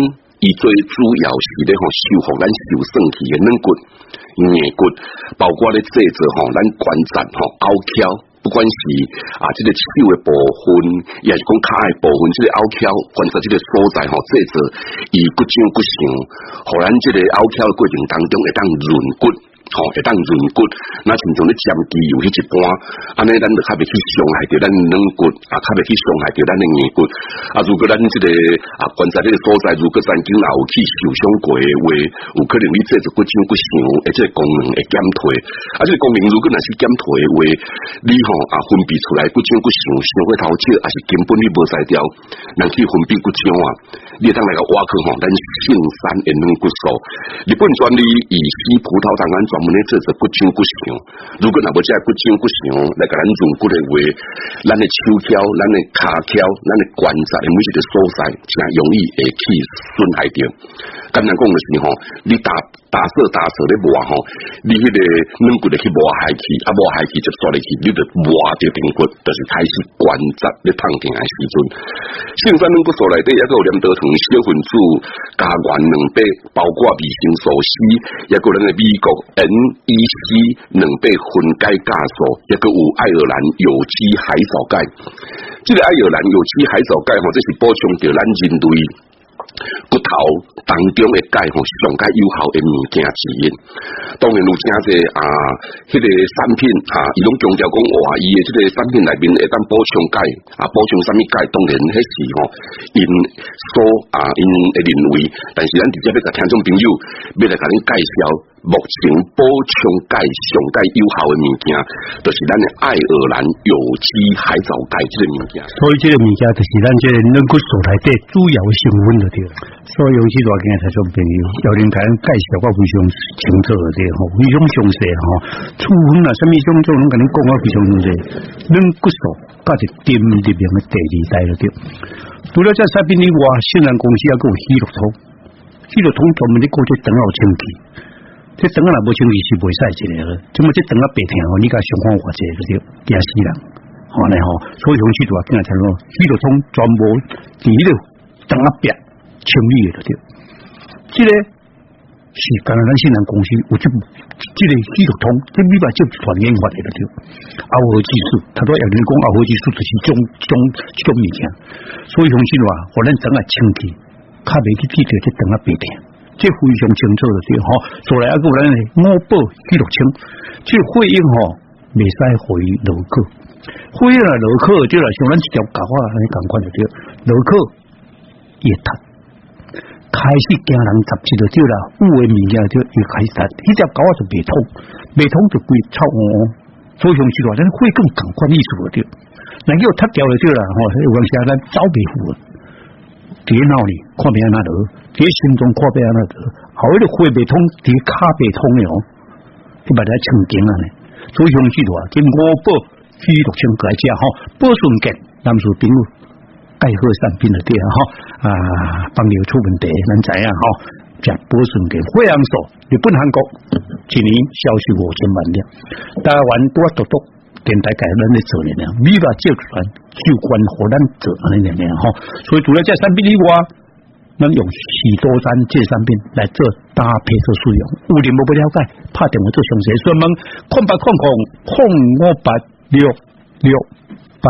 伊最主要是咧吼修复咱受损去嘅软骨、硬骨，包括咧制作吼咱关节吼凹翘，不管是啊即、這个手嘅部分，也是讲骹嘅部分，即、這個凹翘关节即个所在吼制作，伊骨长骨长，互咱即个凹翘嘅过程当中会当润骨。吼、哦，会当润骨，那像像咧针灸有迄一般，安尼咱就较袂去伤害到咱软骨，啊，较袂去伤害到咱的硬骨。啊，如果咱即、這个啊关节这个所在，如果曾经也有去受伤过的话，有可能你制作骨长骨长，而且功能会减退。啊，这个功能如果若是减退的话，你吼、哦、啊分泌出来骨长骨长，伤过头少，也是根本你无使掉，人去分泌骨长啊，你当来个挖去吼，咱性山的软骨素。日本专利以西葡萄糖胺专门咧做做骨长骨长，如果若无只骨长骨长来甲咱润骨的话，咱的手脚、咱的骹脚、咱的关节的每一个所在，真容易会去损害掉。简单讲就是吼，你打打色打色咧磨吼，你迄个软骨咧去磨害去，啊磨害去接触入去，你就磨着顶骨，就是开始关节咧碰见的时阵，性山软骨素内底抑个有黏多糖小分子、加元两百，包括维生素 C， 抑个咱的美国 N E C 两百分解酵素，抑个有爱尔兰有机海藻钙。这个爱尔兰有机海藻钙吼，这是补充着咱人类骨头当中的钙吼，上较有效的物件之一。当然有真侪啊，迄、那个产品啊，伊拢强调讲哇，伊的这个产品内面会当补充钙啊，补充什么钙？当然迄是吼，因所啊，因会认为，但是咱直接要甲听众朋友，要来甲恁介绍。目前补充钙上介有效的物件，就是咱的爱尔兰有机海藻钙这个物件。
所以这个物件就是咱这个软骨素内底主要的成分就对了。所以有些大家才做朋友，有人台介绍我非常清楚的对吼，非常详细吼，处分啊，什么种种拢甲你讲啊非常详细。软骨素甲是点入面的第二代了对。除了这产品以外，新兰公司还有喜乐通，喜乐通专门咧搞这肠后清气。这肠啊，若无清气是袂使一个了。怎么这肠啊白疼哦？你甲想方法一个就惊死人，好嘞吼。所以用许多今日听讲，许多通专门伫迄个肠啊白清理的对。这个是干咱新南公司有这这个许多通，这米把就传研发的对。阿和技术，他说有人讲阿和技术就是种种种物件，所以用许多话，互咱肠啊清气，较袂去记着这肠啊白疼。这非常清楚的对吼，所以啊，个咱五宝记录清，这会用吼袂使回落去，会用落去就来像咱一条狗啊，安尼共款就对，落去也塌，开始惊人杂志就对啦，有诶物件就也开始塌，迄条狗啊就袂通，袂通就规臭乌乌，所以像是话咱会更共款意思就对，那叫塌掉就对啦吼，有当时咱走袂赴。伫脑里看别安那得，伫心中看别安那得，后迄个血袂通，伫骹袂通的哦，你把它清净啊呢。所以用许多这五宝许六千来食吼，保顺健，咱是朋友介好产品的对吼啊，帮你出问题，咱知影吼，食保顺健，血氧素，日本韩国一年销售五千万辆，台湾多独独。电台改咱咧做呢，米把接传就关乎咱做安尼呢吼，所以除了这产品以外，咱用许多山这产品来做搭配做使用。有人无不了解，拍电话做详细询问，空八空空空五八六六八。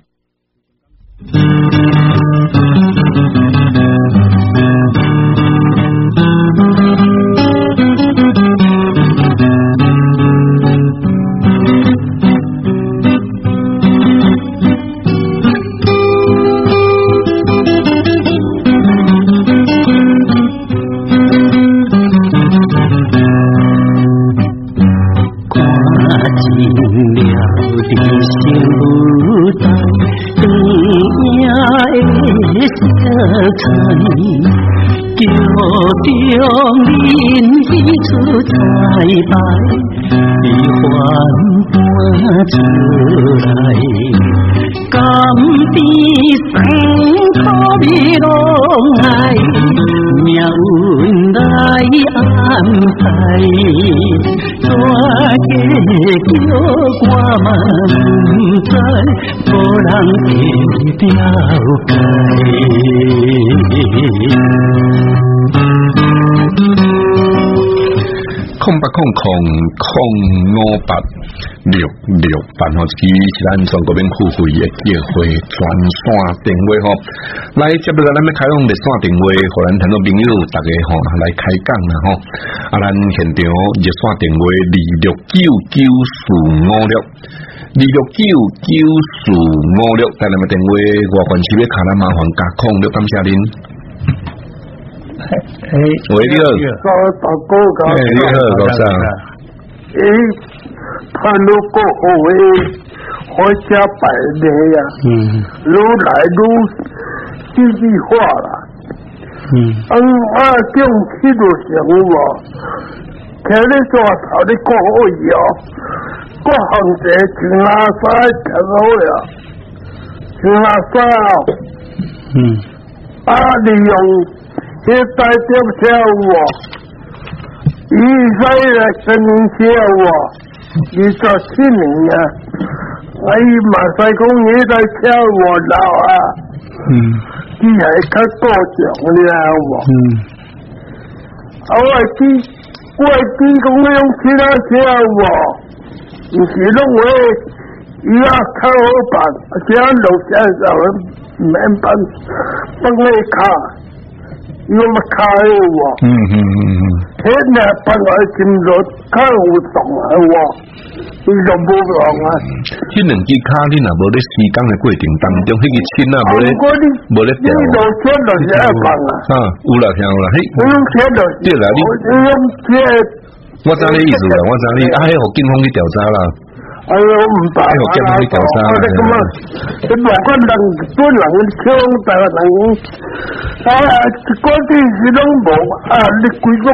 叫中人喜出彩排，喜欢搬出来，甘比生可比拢爱，命运来安排， 叫我嘛不知，无人会了解。
空八空空空五八六六八号机是咱全国免付费的结会专线电话吼，来接落来咱要开放热线电话，互咱听众朋友大家吼来开讲啦吼。啊，咱现场热线电话二六九九四五六二六九九四五六，带咱们电话外关系要卡咱麻烦加空六，感谢您。
哎，
喂，你好，
高大哥高，
哎，你好，高生，
哎，他如果我为我家百年呀，嗯，愈来愈戏剧化了，嗯，嗯，啊，种起就成无，睇你抓头你讲好以后，各行者穿垃圾就好了，穿垃圾，嗯，啊，利用。现在点跳舞，一岁的跟你跳舞，你做七年呀？我伊马赛讲你在跳舞老啊，嗯，你还较多奖了无？嗯，啊我记我记讲我用其他跳舞，唔是拢话伊啊较好办，而且楼下就免办帮你卡。因为开我，嗯嗯嗯嗯，现在本来进入开活动啊，我，你就无讲啊。
这两支卡你若无咧施工的过程当中，迄个钱啊无咧无咧掉。
你落钱就是要放啊。
啊，有啦听有啦，嘿。
我用钱就
对啦，你。
我用钱。
我知你意思啦，我知你，啊，迄互警方去调查啦。
哎呦，唔办啊！
我你调查啦。
咁啊，你外國人本人搶大陸人，啊，嗰啲事都冇啊！你鬼咁，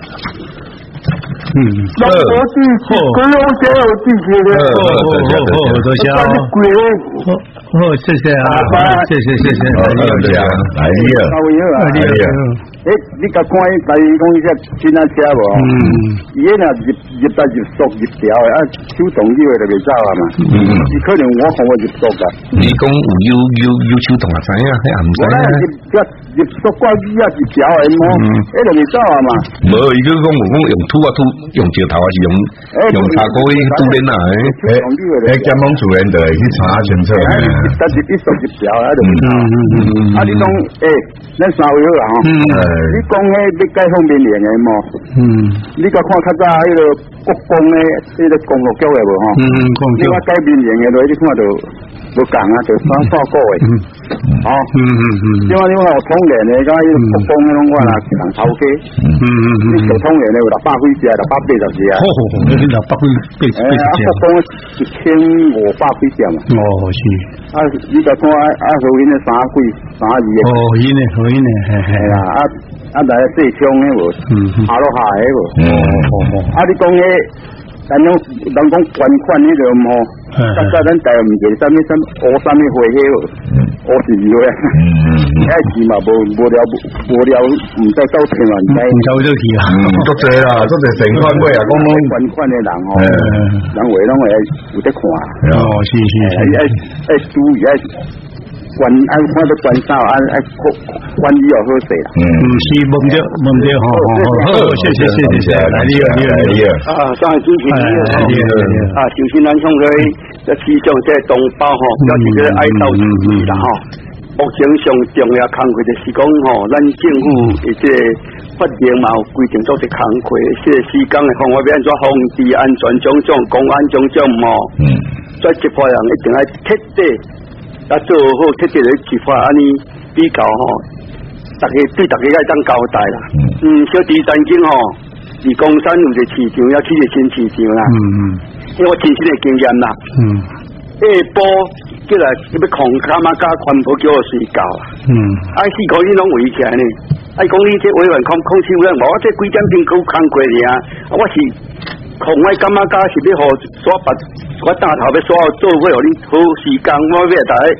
嗯，那嗰啲佢有這有啲事嘅，
好好好，多謝啊！好，謝謝啊，謝謝謝謝，
來你啊，
來你啊！誒，你甲看伊第二講伊只真啊車無？嗯，伊迄若入入得入縮入條嘅，啊手動腰嘅就袂走啊嘛。嗯，伊可能我看我入縮噶。
你講有有有有手動啊？知影？迄也毋知影。
入入入縮掛機啊，入條嘅麼？迄就袂走啊嘛。
無，伊個講有講用土啊土，用石頭還是用用茶果去拄鏈啊？
誒誒，檢方主任就會去查清楚。
但是一縮入條啊，就袂走。啊，你講誒，咱三位好啊吼。你講迄要解放面連嘅麼？嗯，你甲看較早迄個國光嘅，迄個公路局嘅無吼？嗯，公路局。你話解面連嘅落，你看到無共啊，就三報告嘅。哦，嗯嗯嗯。因為你話有通聯嘅，咁迄個國光嗰種我啦人頭家。嗯嗯嗯。你做通聯嘅有六百幾隻，六百八十隻啊。好好好，你六百幾八十隻。誒，啊，國光一千五百幾隻嘛。哦，是。啊，你甲看啊啊，所謂嘅三幾三二嘅。哦，伊呢，所以呢，係係啦，啊。啊，大家細槍嘅無，下落下嘅無。哦哦哦。啊，你講嘅，咱種人講捐款呢就唔好，大家咱大唔記啥物啥學啥物會嘅無，學是唔會。嗯嗯。一時嘛無無聊無聊，唔使收錢嘛，唔使。唔收咗去啊。嗯，足濟啦，足濟成款位啊，講講捐款嘅人哦，人為攏會有得看。哦，是是是。誒誒，注意誒。關按看到關照按按關於又好勢啦。嗯，是問着問着吼吼好，謝謝謝謝謝，來你好你好你好。啊，上星期二啊，首先咱向佢在市場即係同胞吼，表示個哀悼之意啦吼。目前上重要工作就是講吼，咱政府以及法令嘛有規定做啲工作，即係施工嘅方法要安怎防治安全種種、公安種種吼。嗯。在執法人一定要徹底。啊，做好徹底嚟執法，安尼比較吼，大家對大家該當交代啦。嗯，小弟曾經吼，二公山有個市場，要去個新市場啦。嗯嗯，因為我親身嘅經驗啦。嗯，下晡叫來要狂卡嘛加全部叫我睡覺啦。嗯，啊四個人攏圍起來呢，啊講你這委員控控制人，我這幾點鐘夠工過嚟啊，我是狂愛感覺加是要互刷白。我打頭要刷做伙，互你好時間，我要大家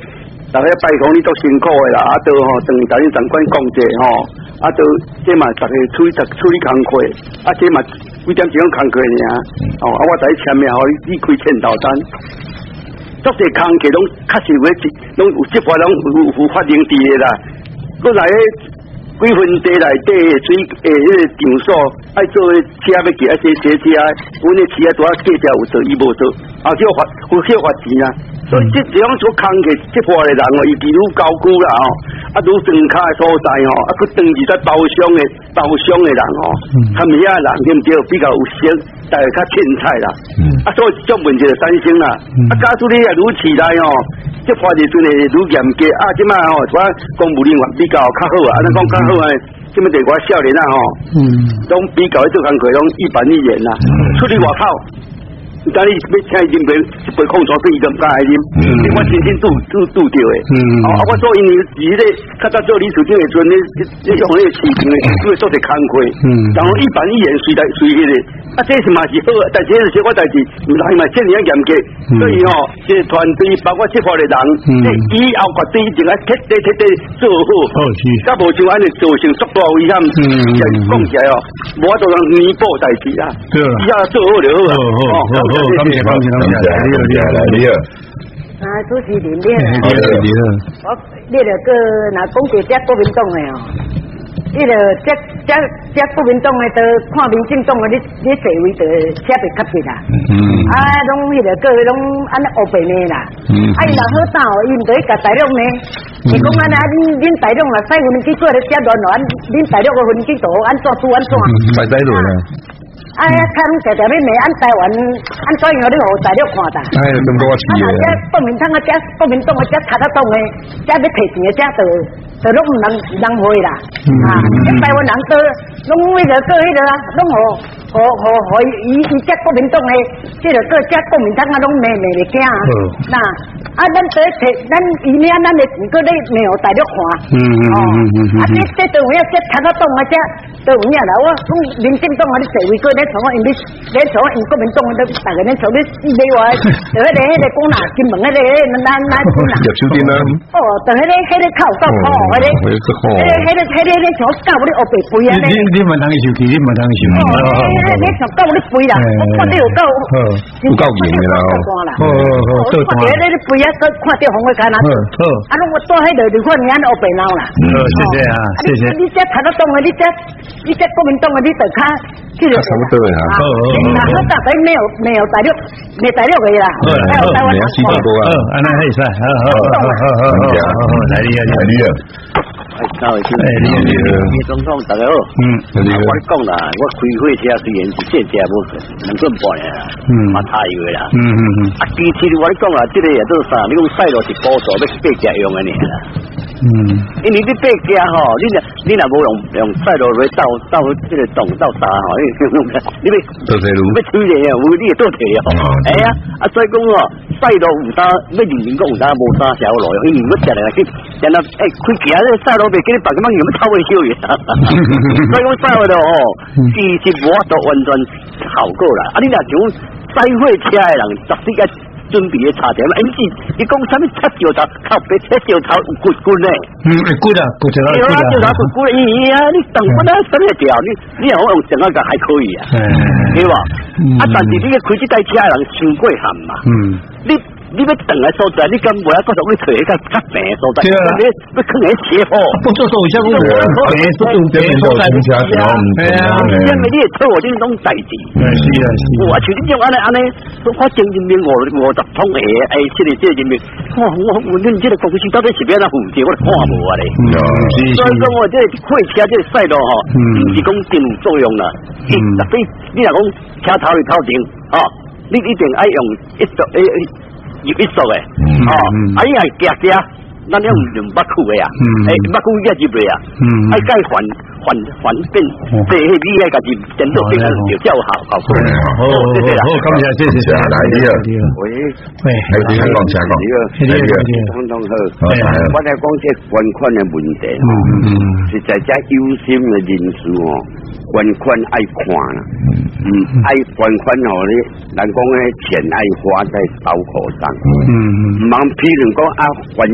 大家拜托你都辛苦的啦，啊都吼，等于大家长官讲者吼，啊都这嘛大家处理处理工课，啊这嘛几点钟工课尔，哦啊我在签名吼，你开签到单，足侪工课拢确实有拢有这块拢有有法定地的啦，搁来几分地内底水诶，迄个场所爱做诶车要骑啊，洗洗车，阮诶车拄啊计价有做，伊无做，啊叫罚，有叫罚钱啊。所以这这样做工课，这块诶人哦，伊比愈高估啦吼，啊愈庄卡诶所在吼，啊佮当时在包商诶包商诶人吼，他们遐人对毋对比较有识，大家较凊彩啦，啊所以这种问题就产生啦，啊假使你也愈起来吼。这花时阵会愈严格啊！即摆吼，我公务人员比较较好啊，安尼讲较好啊。即摆地我少年啊吼，嗯，拢比较做工课拢一板一眼啦。出去外口，但你要请伊啉杯一杯矿泉水，伊都唔敢爱啉，因为我亲身拄拄拄着诶。嗯，啊，我做因为是迄个较早做理事长诶阵咧，咧用迄个市场诶，做做者工课，嗯，然后一板一眼随来随迄个。啊，这是嘛是好，但是这是小可代志，唔係嘛，真係嚴格，所以吼，這團隊包括這塊嘅人，即以後絕對一定係徹底徹底做好，甲無像安尼造成足大危險，就講起來哦，無法度通彌補代志啦，以後做好就好啊。好好好，感謝感謝感謝，你好你好你好。
啊，主持人你好，你好你好，我你著個若講起這國民黨嘅哦。你著這這這國民黨誒，都看民進黨誒，你你座位著車袂較濟啦。嗯。啊，攏迄個個攏安尼黑白呢啦。嗯。啊，伊若好打哦，伊毋著去甲大陸呢。伊講安尼啊，恁恁大陸若使分機過嚟接亂咯，安恁大陸誒分機圖安怎拄安怎？
快使落啦。
哎呀，看拢常常要罵俺台灣，安怎樣你互大陸看噻？哎，
咁多錢嘅。啊，
這國民黨誒，這國民黨誒，這查得黨誒，這要提錢誒，這就就攏唔能能會啦。啊，這台灣人都攏迄個個迄個啊，攏互互互互伊伊這國民黨誒，這個個這國民黨啊，攏罵罵袂驚啊。嗱，啊，咱這提咱伊呢，咱誒錢個咧罵互大陸看。嗯嗯嗯嗯。啊，這這就有影，這查得黨誒，這就有影啦。我講民進黨啊，你社會個咧。從我因你你從我因國民黨都大個咧從你你話，就迄個迄個講哪金門迄個那那講哪？入手點啊？哦，就迄個迄個靠靠靠，迄個，迄個迄個迄個咧從教你學白背啊咧。你你唔通去受氣，你唔通去受氣。哦，你從教你背啦，我看你有夠，
有夠嚴嘅啦。好好好，做單。我睇你啲背啊，佢看到紅嘅揀哪？好。啊，攏我多喺度，你看你安學白鬧啦。好，謝謝啊，謝謝。你這睇得懂嘅，你這你這國民黨嘅，你就看。差不多啦，好好好。嗱，我大概沒有沒有大陸，沒大陸嘅啦。好，好，好，你要四百多啊。好，安尼可以使，好好好好好好好，來你啊，來你啊。哎，各位先生，你好，你好，總統大家好。嗯，你好。我講啦，我開火車雖然是正正無兩噸半嘅啦，嗯，嘛差油嘅啦。嗯嗯嗯。啊，其實我講啦，這個也都啥，你講賽路是補助要八家用嘅呢啦。嗯，因為你八家吼，你若你若無用用賽路來鬥鬥這個洞鬥沙吼，你你要倒退路，要推嚟啊，無你會倒退啊。哎呀，啊所以講哦，賽路有單，要認真講有單無單條路，因為我食嚟去，然後誒開行咧賽路袂記你白咁樣用乜偷嘅少嘢，所以講賽路哦，其實無法度完全效果啦。啊，你若像賽火車嘅人，實際嘅。準備嘅差點，唔是你講啥物七條頭靠白七條頭有骨骨咧？嗯，骨啊，骨條頭。有啊，條頭骨骨咧，咦啊！你等我啦，什麼條？你你又用整個個還可以啊，對吧？啊，但是你嘅開這台車人傷過寒嘛。嗯。你你要等嘅所在，你根本要嗰種你退一個較平嘅所在，你要坑喺斜坡。不做做一下我平所在平所在唔正常。係啊，因為你係錯呢種代志。係是啊是。我像你種安尼安尼，我正人民我我十通嘅，誒，這個這個人民，我我我你這個公司到底是邊個負責？我都看無啊咧。所以講我這個火車這個賽道吼，唔是講定有作用啦。嗯。特別你若講車頭去頭前，哦，你一定愛用一速誒。有一數嘅，哦，啊伊係夾夾，咱用用北區嘅啊，誒北區一入嚟啊，啊該還還還變，即係呢個家己整到變成有效效果。好，謝謝啦，好，感謝謝謝謝，來你好，喂，喂，你講請講，你好，你好，通通好，我哋講這捐款嘅問題，嗯，實在這有心嘅人士哦。捐款愛看啦，嗯，愛捐款吼咧，咱講咧錢愛花在刀口上，嗯嗯，唔通譬如講啊捐十條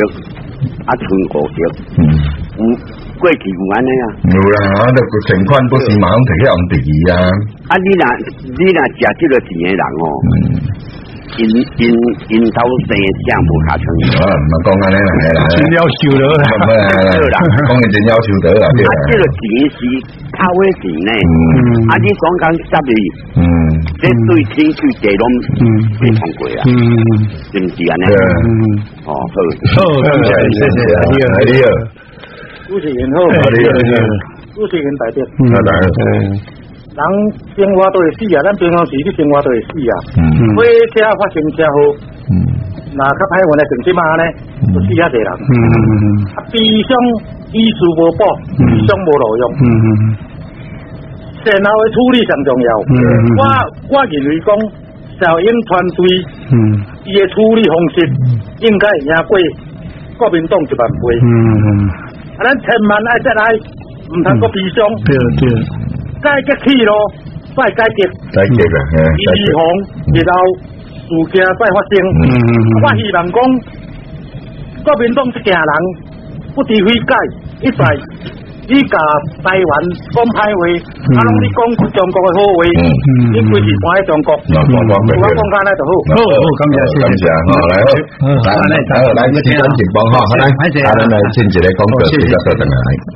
啊剩五条，嗯，有过去有安尼啊，
有啦，啊，那个存款不是马上摕去用第二啊，
啊，你若你若食这个钱的人哦，嗯，因因因头生正无下床，
啊，唔讲安尼啦，
真要求得啦，
啦，讲嘅真要求得啦，
啊，这个钱是靠尾钱呢，啊，你讲讲十二，嗯，这对天对地拢未通过啊，嗯，是唔是安尼？嗯，哦，好，
好，谢谢，谢谢，你好，你好。
主持人好，主持人代表，
嗯，
人生活都会死啊，咱平常时你生活都会死啊，火车发生车祸，那较歹运的成即嘛呢，就死遐侪人，啊，悲伤医术无保，悲伤无路用，善后的处理上重要，我我认为讲小英团队，伊的处理方式应该赢过国民党一万倍。啊，咱千万爱再来，唔通个悲伤。
对对，
解决起咯，再解决。
解决啊，
预防日后事件再发生。嗯我希望讲，国民党这家人不诋毁解，一再你甲台湾讲歹话，啊，拢你讲中国的好话，你规是搬喺中国。我讲干咧就好。
好，好，感谢，
感谢，好来，来来来，你睇緊情況哈，好嚟，啊，咱嚟先一個廣告，即刻再等下嚟。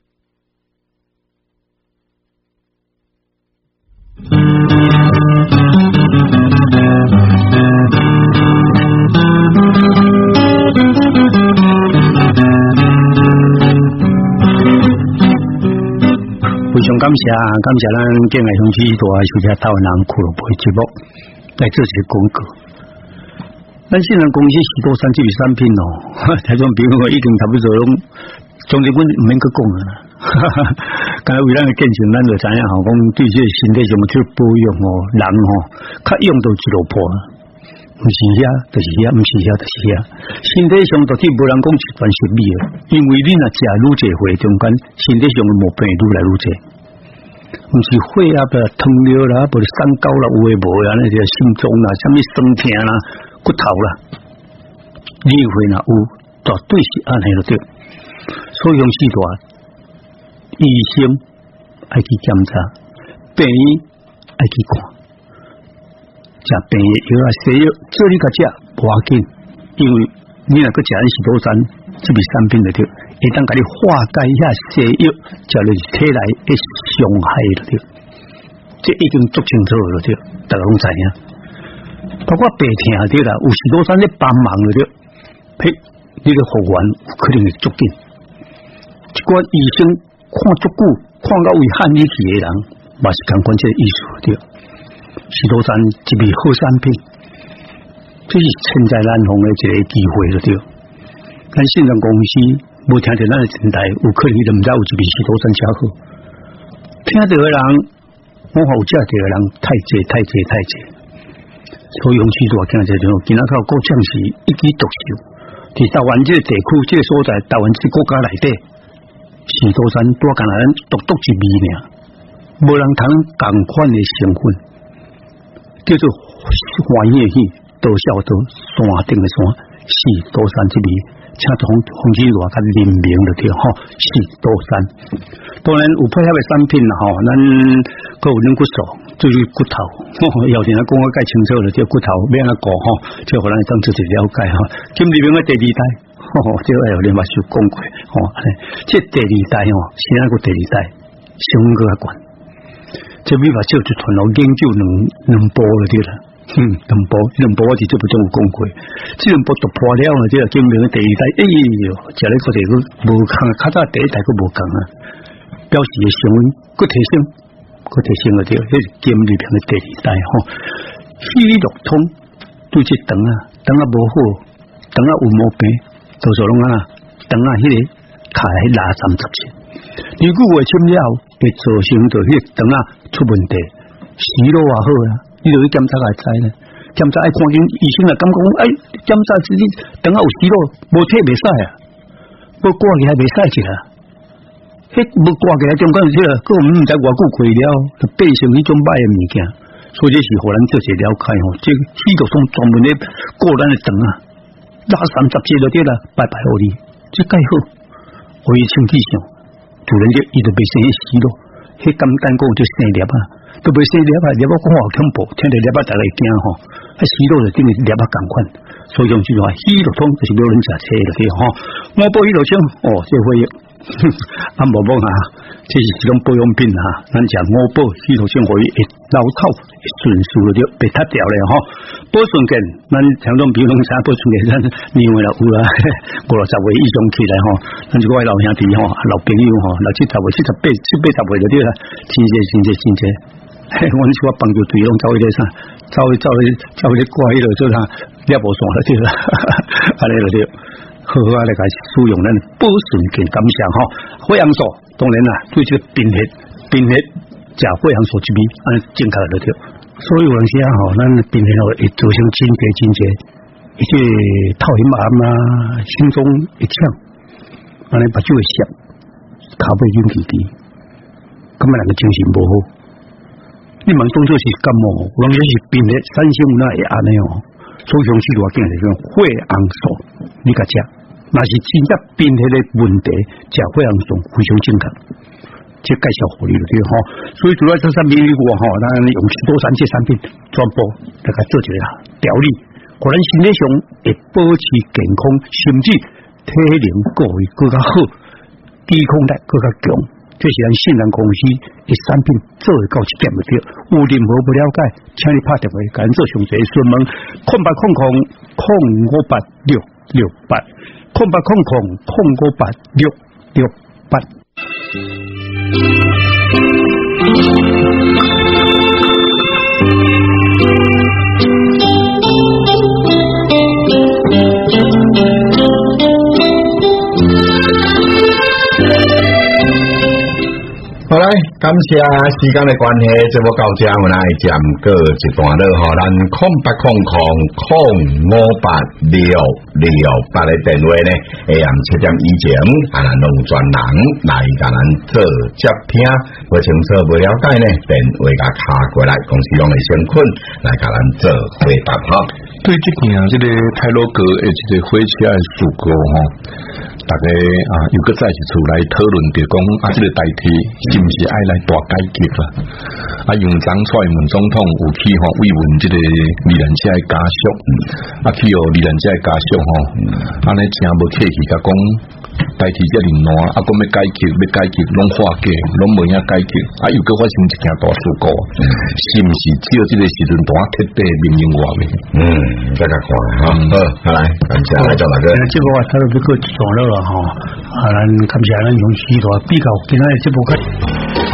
非常感谢，感谢咱境外乡亲大收听台湾人俱乐部的节目，来做一个广告。咱现在公司许多产这笔产品哦，台中比如讲已经差不多拢，总之阮唔免去讲啦。刚才为咱嘅见证，咱就知影吼，讲对这身体上去保养哦，人吼较用到一路破，唔是遐，就是遐，唔是遐，就是遐。身体上到底无人讲一段是美嘅，因为你若食愈济血中间，身体上嘅毛病愈来愈济。唔是血啊，不糖尿啦，不是三高啦，有诶无啊，那些心脏啦，什么酸痛啦，骨头啦，你血若有，绝对是安尼就对。所以用四大医生爱去检查，病院爱去看，食病的药啊、西药，做你甲食无要紧，因为你若个食咱许多山这笔产品就对。会当甲你化解遐西药，食落体内的伤害了对，这已经足清楚了对，大家拢知影。包括白疼对啦，有许多山咧帮忙了对，嘿，你个复原可能会足紧。一寡医生看足久，看到为汉医去的人，嘛是共款这个意思对。许多山一味好产品，这是千载难逢的一个机会了对。咱信任公司。无听到咱的电台，有可能伊就毋知有一味许多山车好。听到的人，我有食到的人太济太济太济，所以用许多听这种，今仔靠国将是一枝独秀。伫台湾这个地区，这个所在，台湾这个国家内底，许多山多干咱独独一味尔，无人通共款的成分，叫做花叶戏，多少多山顶的山，许多山这味。请从从起偌较灵明就对吼，是多山。当然有配合的产品啦吼，咱佫有恁骨素，就是骨头。要听咱讲我介清楚了，这骨头要安怎顾吼，这互咱当做一了解吼。今日边个第二代，吼，这个有连嘛就讲过吼，这第二代吼，现在个第二代上个较悬。这比话少一团路研究两两步了对啦。嗯，两步两步我伫这不种有讲过，这两步突破了呢，这个证明第二代，哎哟，食咧个地个无共，较早第一代个无共啊，表示嘅成分个提升，个提升了对，迄是金里边嘅第二代吼，血路通对这肠啊，肠啊无好，肠啊有毛病，多数拢啊，肠啊迄个卡喺拉三十七，如果话深了会造成到迄个肠啊出问题，息肉也好啊。你就去检查来知呢，检查爱看见医生来感觉哎，检查自己等下有息肉，无体袂使啊，无挂起来袂使去啦。迄无挂起来中间是个，佫毋知偌久过了，就变成迄种歹诶物件，所以这是互咱做一了解吼。这许多种专门咧过咱诶肠啊， 拉三十节就对啦，拜拜好你，这介好，我以清气上，主人就伊就被生死咯，迄简单讲就生粒啊，都被生粒啊，粒啊讲话恐怖，听到粒啊大家惊吼，迄死咯就等于粒啊共款，所以用句话，死咯通就是老人家车了对吼，我报伊路上，哦，这会啊无无啊，这是一种保养品哈，咱讲我报伊路上可以老草顺势就被脱掉了吼，保顺健，咱像种比如讲啥保顺健，咱年岁啦有啦，五六十岁以上起来吼，咱就我老兄弟吼，老朋友吼，老七十岁、七十八、七八十岁就对啦，真济真济真济，我是我帮助队拢走去咧啥，走去走去走去挂迄落做啥，了无线了对啦，安尼就对。好好来个使用咱保顺健感想吼，血氧素当然啦，对这个贫血、贫血加血氧素这边安正确就对。所以有阵时啊吼，咱贫血会造成真济真济，一些头晕眼啊，心中会呛，安尼目睭会涩，骹背引起低，咁啊人个精神无好。你问当作是感冒，有阵时是贫血、三星有哪会安尼哦？所以用起偌紧就是血氧素，你甲食，若是真正贫血的问题，食血氧素非常正确。即介绍互你就对吼，所以主要这三美丽我吼，咱用许多三这产品全部大家做一个调理，可能身体上会保持健康，甚至体能个会更加好，抵抗力更加强。这是咱信任公司的产品做会到一点就对。有任何不了解，请你拍电话跟做详细询问，空八空空空五八六六八，空八空空空五八六六八。
好来，感谢时间的关系，这部到这我来暂告一段落吼，咱空八空空空五八六六八的电话呢，下暗七点以前，啊，咱拢专人来甲咱做接听，不清楚不了解呢，电话甲卡过来，公司用的先困来甲咱做回答哈。
对这件这个泰罗格诶，这个火车的事故吼，大家啊又搁再一次来讨论着讲啊，这个代替是毋是爱来大改革啦？啊，用张蔡文总统有去吼慰问这个罹难者的家属，啊去哦罹难者的家属吼，安尼真无客气甲讲。代替遮尔难，啊，讲要改革，要改革，拢化解，拢无影改革，啊，又搁发生一件大事故，是毋是？只有这个时阵大彻底面临我们。
嗯，再甲看哈，好，好来，感谢来赵大哥。
这个话他都要过转了了哈，啊，咱感谢咱用许多比较今仔日这部剧。